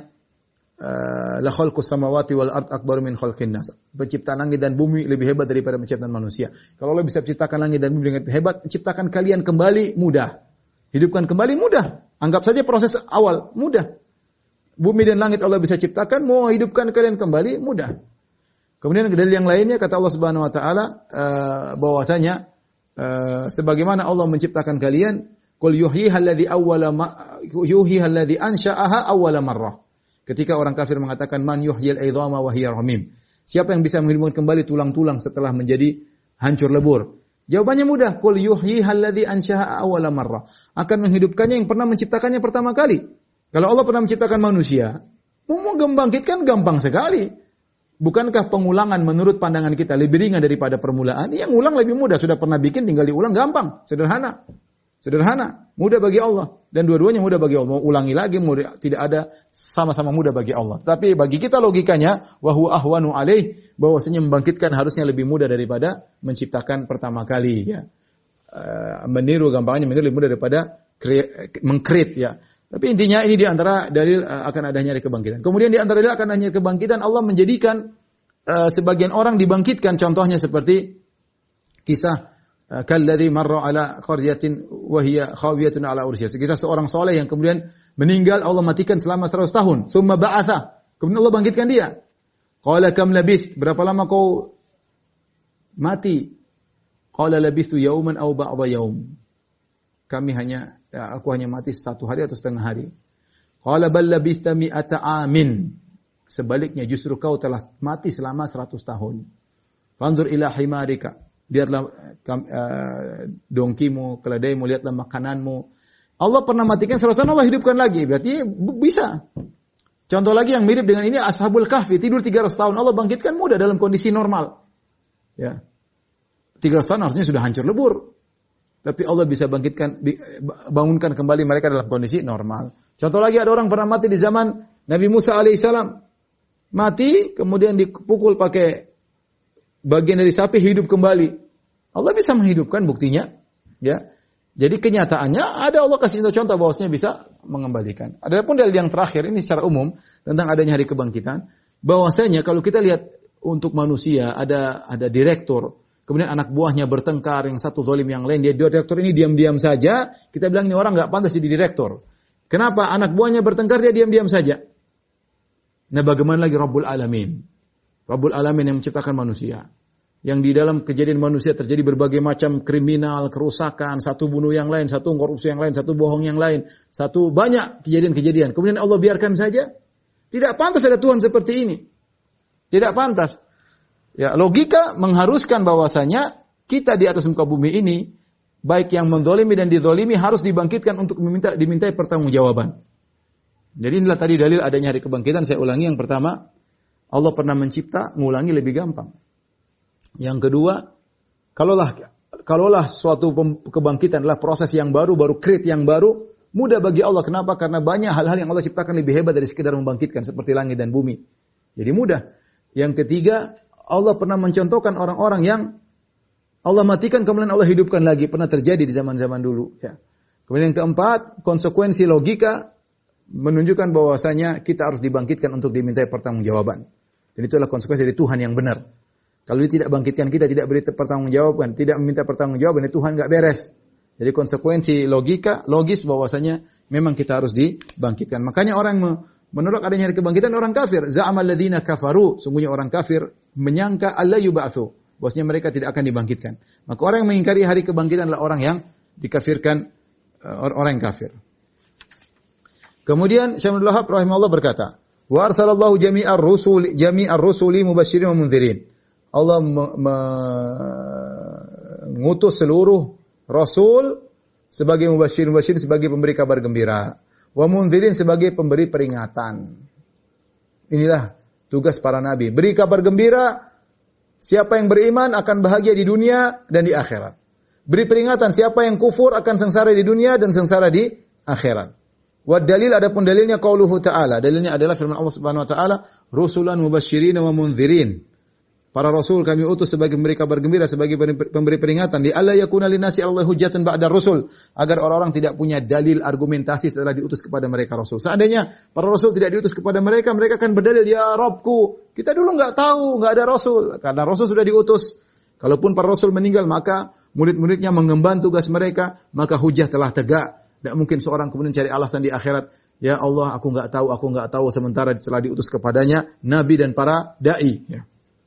la khalqus samawati wal ard akbaru min khalqin nas. Penciptaan langit dan bumi lebih hebat daripada penciptaan manusia. Kalau Allah bisa menciptakan langit dan bumi dengan hebat, ciptakan kalian kembali mudah. Hidupkan kembali mudah. Anggap saja proses awal mudah. Bumi dan langit Allah bisa ciptakan, mau hidupkan kalian kembali mudah. Kemudian dalil yang lainnya kata Allah Subhanahu wa taala bahwasanya sebagaimana Allah menciptakan kalian, qul yuhyiha alladhi ansha'aha awwala marrah. Ketika orang kafir mengatakan man yuhyil idhama wa hiya ramim. Siapa yang bisa menghidupkan kembali tulang-tulang setelah menjadi hancur lebur? Jawabannya mudah, qul yuhyiha alladhi ansha'aha awwala marrah. Akan menghidupkannya yang pernah menciptakannya pertama kali. Kalau Allah pernah menciptakan manusia, mau membangkitkan gampang sekali. Bukankah pengulangan menurut pandangan kita lebih ringan daripada permulaan? Yang ulang lebih mudah, sudah pernah bikin tinggal diulang gampang, sederhana. Sederhana, mudah bagi Allah. Dan dua-duanya mudah bagi Allah. Mau ulangi lagi, tidak ada, sama-sama mudah bagi Allah. Tetapi bagi kita logikanya, wa huwa ahwanu alaih, bahwasanya membangkitkan harusnya lebih mudah daripada menciptakan pertama kali. Ya. Meniru gampangnya, meniru lebih mudah daripada meng-create. Ya. Tapi intinya ini di antara dalil akan adanya hari kebangkitan. Kemudian di antara dalil akan adanya kebangkitan, Allah menjadikan sebagian orang dibangkitkan. Contohnya seperti kisah kalladzi marra ala qaryatin wa hiya khawiyatun ala ursyiha. Kisah seorang saleh yang kemudian meninggal, Allah matikan selama 100 tahun. Tsumma ba'atha. Kemudian Allah bangkitkan dia. Qala kam labist? Berapa lama kau mati? Qala labistu yauman aw ba'dha yaum. Aku hanya mati 1 hari atau setengah hari. Qala bal labista mi'ata amin. Sebaliknya justru kau telah mati selama 100 tahun. Fanzur ila himarika. Lihatlah dongkimu, keledaimu, lihatlah makananmu. Allah pernah matikan 100 tahun, Allah hidupkan lagi. Berarti bisa. Contoh lagi yang mirip dengan ini, Ashabul Kahfi, tidur 300 tahun, Allah bangkitkan mudah dalam kondisi normal. Ya. 300 tahun harusnya sudah hancur lebur. Tapi Allah bisa bangunkan kembali mereka dalam kondisi normal. Contoh lagi, ada orang pernah mati di zaman Nabi Musa alaihissalam. Mati, kemudian dipukul pakai bagian dari sapi, hidup kembali. Allah bisa menghidupkan, buktinya. Ya. Jadi kenyataannya ada, Allah kasih contoh bahwasanya bisa mengembalikan. Adapun dalil yang terakhir, ini secara umum, tentang adanya hari kebangkitan. Bahwasanya kalau kita lihat untuk manusia, ada direktur. Kemudian anak buahnya bertengkar, yang satu zalim yang lain. Dia direktur ini diam-diam saja. Kita bilang ini orang nggak pantas jadi direktur. Kenapa? Anak buahnya bertengkar, dia diam-diam saja. Nah, bagaimana lagi Rabbul Alamin? Rabbul Alamin yang menciptakan manusia. Yang di dalam kejadian manusia terjadi berbagai macam kriminal, kerusakan, satu bunuh yang lain, satu korupsi yang lain, satu bohong yang lain, satu banyak kejadian-kejadian. Kemudian Allah biarkan saja. Tidak pantas ada Tuhan seperti ini. Tidak pantas. Ya, logika mengharuskan bahwasanya kita di atas muka bumi ini, baik yang menzalimi dan dizalimi, harus dibangkitkan untuk dimintai pertanggungjawaban. Jadi inilah tadi dalil adanya hari kebangkitan. Saya ulangi, yang pertama, Allah pernah mencipta, ngulangi lebih gampang. Yang kedua, kalaulah suatu kebangkitan adalah proses yang baru create yang baru, mudah bagi Allah. Kenapa? Karena banyak hal-hal yang Allah ciptakan lebih hebat dari sekedar membangkitkan, seperti langit dan bumi. Jadi mudah. Yang ketiga, Allah pernah mencontohkan orang-orang yang Allah matikan kemudian Allah hidupkan lagi. Pernah terjadi di zaman-zaman dulu. Ya. Kemudian yang keempat, konsekuensi logika menunjukkan bahwasanya kita harus dibangkitkan untuk dimintai pertanggungjawaban. Dan itu adalah konsekuensi dari Tuhan yang benar. Kalau dia tidak bangkitkan kita, tidak beri pertanggungjawaban, tidak meminta pertanggungjawaban, Tuhan enggak beres. Jadi konsekuensi logis bahwasanya memang kita harus dibangkitkan. Makanya orang menolak adanya hari kebangkitan orang kafir. Za'amal ladzina kafaru, sungguhnya orang kafir menyangka alla yub'atsu, bahwasanya mereka tidak akan dibangkitkan. Maka orang yang mengingkari hari kebangkitan adalah orang yang dikafirkan, orang yang kafir. Kemudian Syekh Abdul Wahab rahimahullah berkata, wa arsalallahu jami'ar rusuli mubasysyirin wa mundzirin. Allah mengutus seluruh rasul sebagai mubasysyirin sebagai pemberi kabar gembira, wa mundzirin sebagai pemberi peringatan. Inilah tugas para nabi, beri kabar gembira, siapa yang beriman akan bahagia di dunia dan di akhirat. Beri peringatan, siapa yang kufur akan sengsara di dunia dan sengsara di akhirat. Wa dalil, adapun dalilnya qauluhu ta'ala, dalilnya adalah firman Allah Subhanahu wa taala, rusulan mubasysyirin wa mundzirin. Para rasul kami utus sebagai pemberi kabar gembira, sebagai pemberi peringatan, li alla yakuna linnasi 'alallahi hujjatun ba'da rusul, agar orang-orang tidak punya dalil argumentasi setelah diutus kepada mereka rasul. Seandainya para rasul tidak diutus kepada mereka, mereka akan berdalil, ya Rabbku, kita dulu enggak tahu, enggak ada rasul, karena rasul sudah diutus. Kalaupun para rasul meninggal, maka murid-muridnya mengemban tugas mereka, maka hujjah telah tegak. Tidak mungkin seorang kemudian cari alasan di akhirat, ya Allah, aku enggak tahu, sementara setelah diutus kepadanya nabi dan para dai. Ya.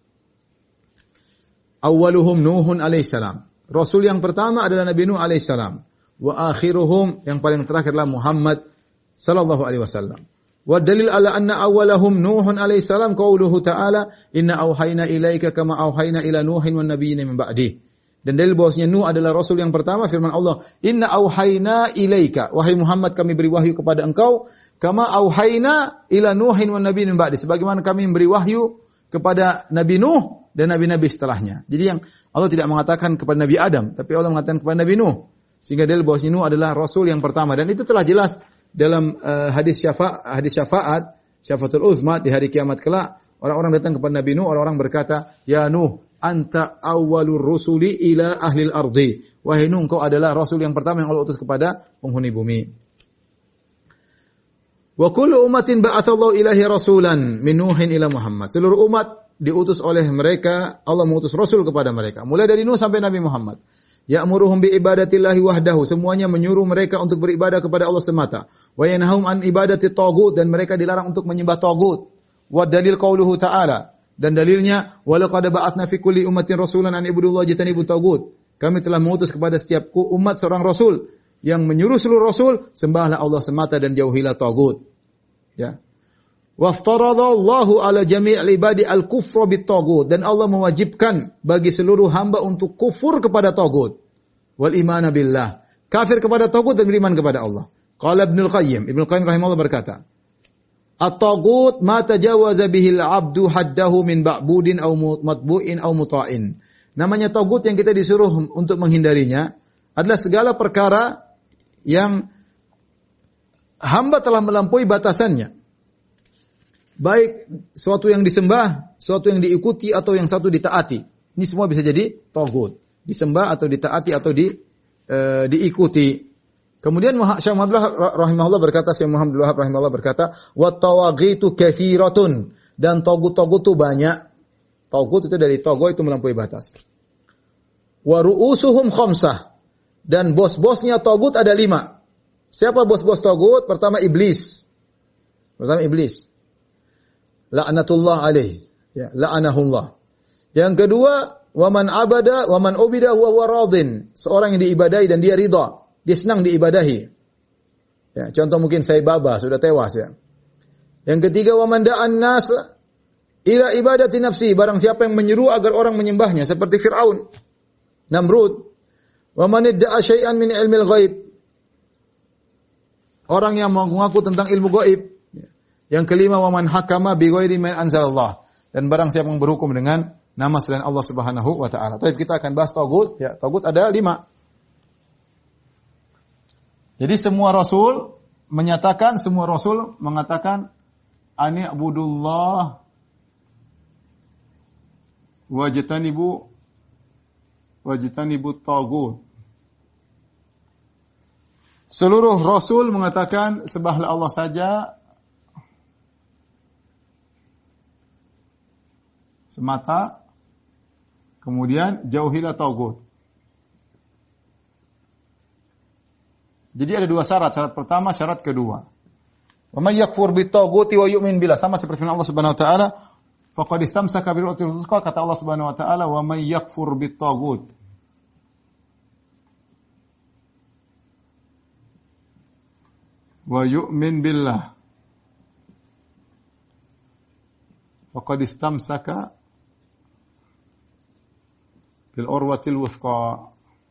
Awwaluhum Nuhun alaihissalam. Rasul yang pertama adalah Nabi Nuh alaihissalam. Wa akhiruhum, yang paling terakhir adalah Muhammad sallallahu alaihi wasallam. Wa dalil ala anna awwalahum Nuhun alaihissalam qauluhu ta'ala, inna auhayna ilaika kama auhayna ila Nuhin wan nabiyyin min ba'di. Dan dalil bahwasanya Nuh adalah rasul yang pertama, firman Allah, inna auhayna ilaika, wahai Muhammad kami beri wahyu kepada engkau, kama auhayna ila Nuhin wan nabiyyin min ba'di, sebagaimana kami memberi wahyu kepada Nabi Nuh dan nabi-nabi setelahnya. Jadi yang Allah tidak mengatakan kepada Nabi Adam, tapi Allah mengatakan kepada Nabi Nuh. Sehingga dalil bahwasanya Nuh adalah rasul yang pertama, dan itu telah jelas dalam hadis syafaat, syafaatul uzma di hari kiamat kelak. Orang-orang datang kepada Nabi Nuh, orang-orang berkata, ya Nuh, anta awwalur rusuli ila ahlil ardi. Wahai Nuh, engkau adalah rasul yang pertama yang Allah utus kepada penghuni bumi. Wa kullu ummatin ba'atsallahu ilaihi rasulan min Nuhin ila Muhammad. Seluruh umat diutus oleh mereka, Allah mengutus rasul kepada mereka. Mulai dari Nuh sampai Nabi Muhammad. Ya'muruhum bi ibadatillahi wahdahu. Semuanya menyuruh mereka untuk beribadah kepada Allah semata. Wa yanhahum an ibadati taghut, dan mereka dilarang untuk menyembah taghut. Wa dalil qauluhu ta'ala, dan dalilnya walaqad ba'atsna fi kulli ummatin rasulan an ibudullaha wajtanibut taghut. Kami telah mengutus kepada setiap umat seorang rasul yang menyuruh seluruh rasul, sembahlah Allah semata dan jauhilah taghut. Ya. Waftaradallahu ala jami'il ibadi al-kufra bit-taghut, dan Allah mewajibkan bagi seluruh hamba untuk kufur kepada taghut. Wal imana billah, kafir kepada taghut dan beriman kepada Allah. Qala Ibnu Qayyim rahimahullah berkata, at-taghut ma tajawaza bihil 'abdu haddahu min ba'budin aw matbu'in aw muta'in. Namanya taghut yang kita disuruh untuk menghindarinya adalah segala perkara yang hamba telah melampaui batasannya. Baik suatu yang disembah, suatu yang diikuti, atau yang satu ditaati. Ini semua bisa jadi taghut. Disembah atau ditaati atau diikuti. Kemudian Syekh Muhammad rahimahullah berkata, Syekh Muhammad rahimahullah berkata, wa tawaghitu katsiratun, dan taghut-taghut itu banyak. Taghut itu dari togo, itu melampaui batas. Wa ru'usuhum khamsah, dan bos-bosnya taghut ada 5. Siapa bos-bos taghut? Pertama iblis. La'natullah alaih, ya, la'anahullah. Yang kedua, waman abada, waman ubida huwa radin. Seorang yang diibadahi dan dia ridha, dia senang diibadahi. Ya, contoh mungkin Sayyid Baba sudah tewas, ya. Yang ketiga, waman da'an nas ila ibadati nafsi, barang siapa yang menyuruh agar orang menyembahnya, seperti Fir'aun, Namrud. Waman idda'a syai'an min ilmil ghaib, orang yang mengaku tentang ilmu gaib. Yang kelima, waman hakama bi ghairi ma anzalallah, dan barang siapa yang berhukum dengan nama selain Allah Subhanahu wa taala. Tapi kita akan bahas taghut, ya. Taghut ada 5. Jadi semua rasul mengatakan ani abudullah wajtanibu taghut. Seluruh rasul mengatakan sembahlah Allah saja semata Kemudian jauhilah tagut. Jadi ada dua syarat. Syarat pertama, syarat kedua. Wa may yakfur bit-taghuti wa yu'min billah. Sama seperti Allah Subhanahu wa taala, faqad istamsaka bil urwatil wuthqa, kata Allah Subhanahu wa taala, wa may yakfur bit-taghut. Wa yu'min billah. Faqad istamsaka bil urwatil wuthqa.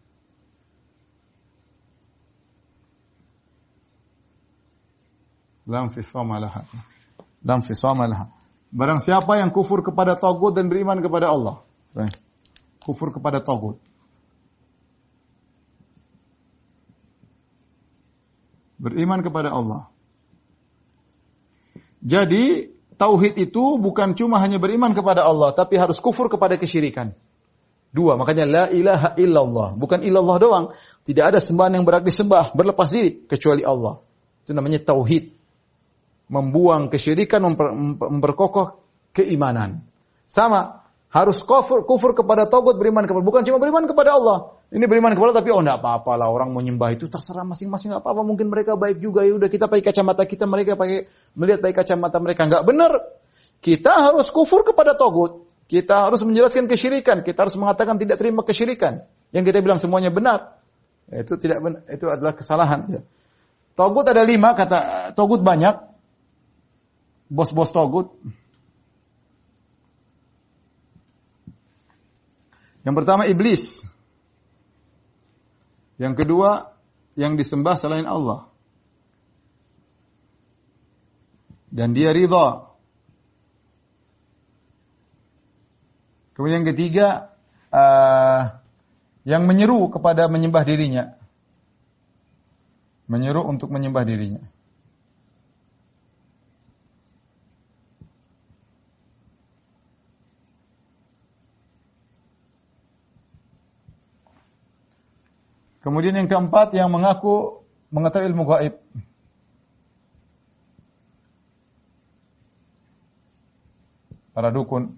Lam fisama laha. Lam fisama laha. Barang siapa yang kufur kepada tagut dan beriman kepada Allah. Kufur kepada tagut. Beriman kepada Allah. Jadi, tauhid itu bukan cuma hanya beriman kepada Allah, tapi harus kufur kepada kesyirikan. Dua, makanya la ilaha illallah. Bukan illallah doang. Tidak ada sembahan yang berhak disembah, berlepas diri, kecuali Allah. Itu namanya tauhid. Membuang kesyirikan, memperkokoh keimanan. Sama, harus kufur kepada tagut, beriman kepada, bukan cuma beriman kepada Allah. Ini beriman kepada Allah, tapi enggak apa-apa lah, orang mau nyembah itu terserah masing-masing, enggak apa-apa, mungkin mereka baik juga, ya udah kita pakai kacamata kita, mereka pakai melihat pakai kacamata mereka. Enggak benar. Kita harus kufur kepada tagut. Kita harus menjelaskan kesyirikan, kita harus mengatakan tidak terima kesyirikan. Yang kita bilang semuanya benar. Itu tidak benar, itu adalah kesalahan, ya. Tagut ada 5, kata tagut banyak. Bos-bos tagut. Yang pertama iblis. Yang kedua yang disembah selain Allah. Dan dia ridha. Kemudian yang ketiga yang menyeru kepada menyembah dirinya. Menyeru untuk menyembah dirinya. Kemudian yang keempat, yang mengaku mengetahui ilmu gaib. Para dukun.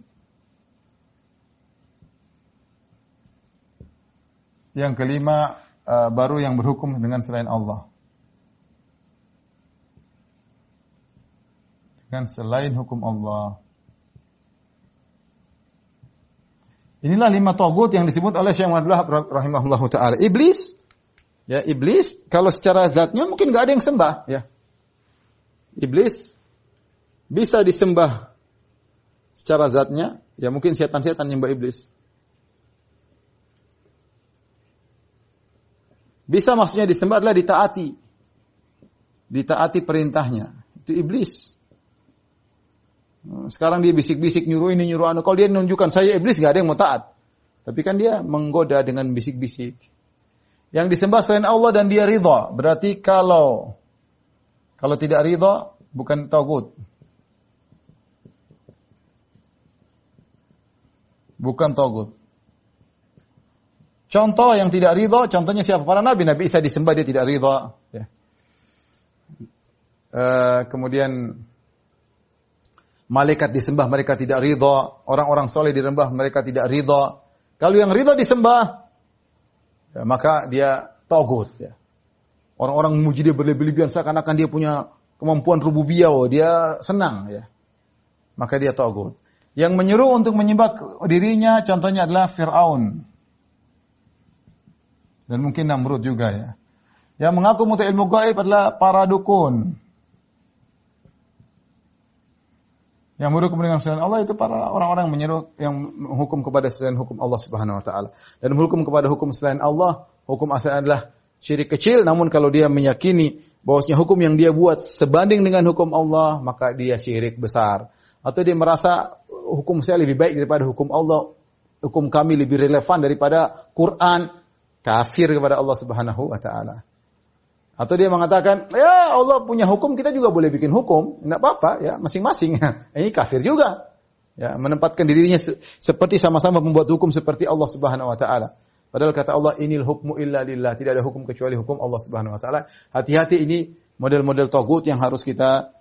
Yang kelima, baru yang berhukum dengan selain Allah. Dengan selain hukum Allah. Inilah 5 tagut yang disebut oleh Syekh Muhammad Abdullah rahimahullahu taala. Iblis, ya iblis kalau secara zatnya mungkin enggak ada yang sembah, ya. Iblis bisa disembah secara zatnya, ya mungkin setan-setan nyembah iblis. Bisa maksudnya disembah adalah ditaati. Ditaati perintahnya. Itu iblis. Sekarang dia bisik-bisik nyuruh ini nyuruh anu. Kalau dia menunjukkan saya iblis, enggak ada yang mau taat. Tapi kan dia menggoda dengan bisik-bisik. Yang disembah selain Allah dan dia ridha. Berarti kalau tidak ridha bukan tagut. Bukan tagut. Contoh yang tidak ridha, contohnya siapa? Para nabi. Nabi Isa disembah, dia tidak ridha. Ya. Kemudian malaikat disembah, mereka tidak ridha. Orang-orang soleh disembah, mereka tidak ridha. Kalau yang ridha disembah, ya, maka dia tagut. Ya. Orang-orang memuji dia berlebihan, seakan-akan dia punya kemampuan rububiyah, dia senang. Ya. Maka dia tagut. Yang menyuruh untuk menyembah dirinya, contohnya adalah Fir'aun. Dan mungkin Namrud juga. Ya. Yang mengaku mengetahui ilmu gaib adalah para dukun. Yang berhukum dengan selain Allah itu para orang-orang yang menyeru, yang menghukum kepada selain hukum Allah Subhanahu wa taala. Dan menghukum kepada hukum selain Allah, hukum asal adalah syirik kecil, namun kalau dia meyakini bahwasanya hukum yang dia buat sebanding dengan hukum Allah, maka dia syirik besar. Atau dia merasa hukum saya lebih baik daripada hukum Allah, hukum kami lebih relevan daripada Quran, kafir kepada Allah Subhanahu wa taala. Atau dia mengatakan, ya Allah punya hukum, kita juga boleh bikin hukum. Tidak apa-apa, ya masing-masing. Ini kafir juga. Ya, menempatkan dirinya seperti sama-sama membuat hukum seperti Allah Subhanahu wa taala. Padahal kata Allah, inil hukmu illa lillah. Tidak ada hukum kecuali hukum Allah Subhanahu wa taala. Hati-hati, ini model-model tagut yang harus kita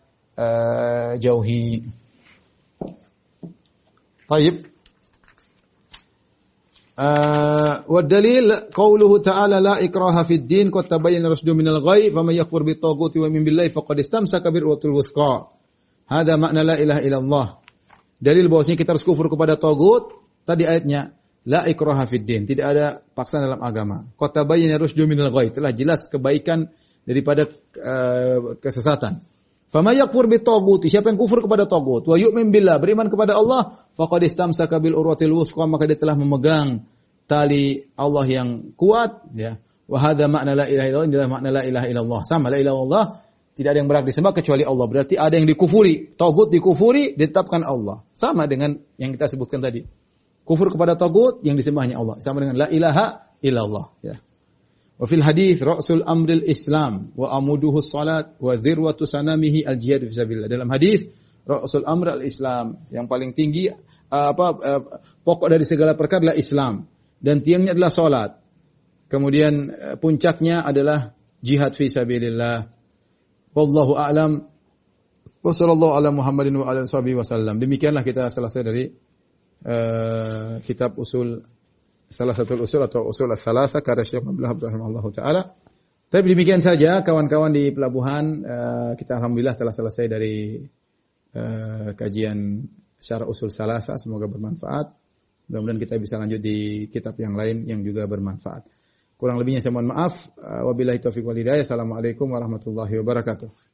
jauhi. Baik. Wa dalil qauluhu ta'ala la ikraha fid din qad tabayyana rusdu minal ghayy faman yakfur bit taghuti wa min billahi faqad istamsaka bil urwatil wuthqa. Hadza makna la ilaha illallah. Dalil bahwasanya kita harus kufur kepada tagut. Tadi ayatnya la ikraha fid din, tidak ada paksaan dalam agama. Qad tabayyana rusdu minal ghayy, telah jelas kebaikan daripada kesesatan. Faman yakfur bit taghuti, siapa yang kufur kepada tagut, wa yu'min billah, beriman kepada Allah, faqad istamsaka bil urwatil wuthqa, maka dia telah memegang tali Allah yang kuat, ya. Wa hadza makna la ilaha illallah, inilah makna la ilaha illallah. Sama la ilaha illallah, tidak ada yang berhak disembah kecuali Allah. Berarti ada yang dikufuri, tagut dikufuri, ditetapkan Allah. Sama dengan yang kita sebutkan tadi. Kufur kepada tagut, yang disembahnya Allah. Sama dengan la ilaha illallah, ya. Wa fil hadits ra'sul amril Islam wa amuduhus salat wa dhirwatu sanamihi al jihad fi sabilillah. Dalam hadis ra'sul amr al Islam, yang paling tinggi pokok dari segala perkara adalah Islam dan tiangnya adalah salat. Kemudian puncaknya adalah jihad fi sabilillah. Wallahu a'lam. Wa sallallahu ala Muhammadin wa ala alihi wasallam. Demikianlah kita selesai dari kitab usul, salah satu usul atau usul as-salasa karya Syekh Abdullah rahimahullahu taala. Tapi demikian saja kawan-kawan di pelabuhan, kita alhamdulillah telah selesai dari kajian secara usul salasa, semoga bermanfaat. Mudah-mudahan kita bisa lanjut di kitab yang lain yang juga bermanfaat. Kurang lebihnya saya mohon maaf. Wabillahi taufiq wal hidayah. Assalamualaikum warahmatullahi wabarakatuh.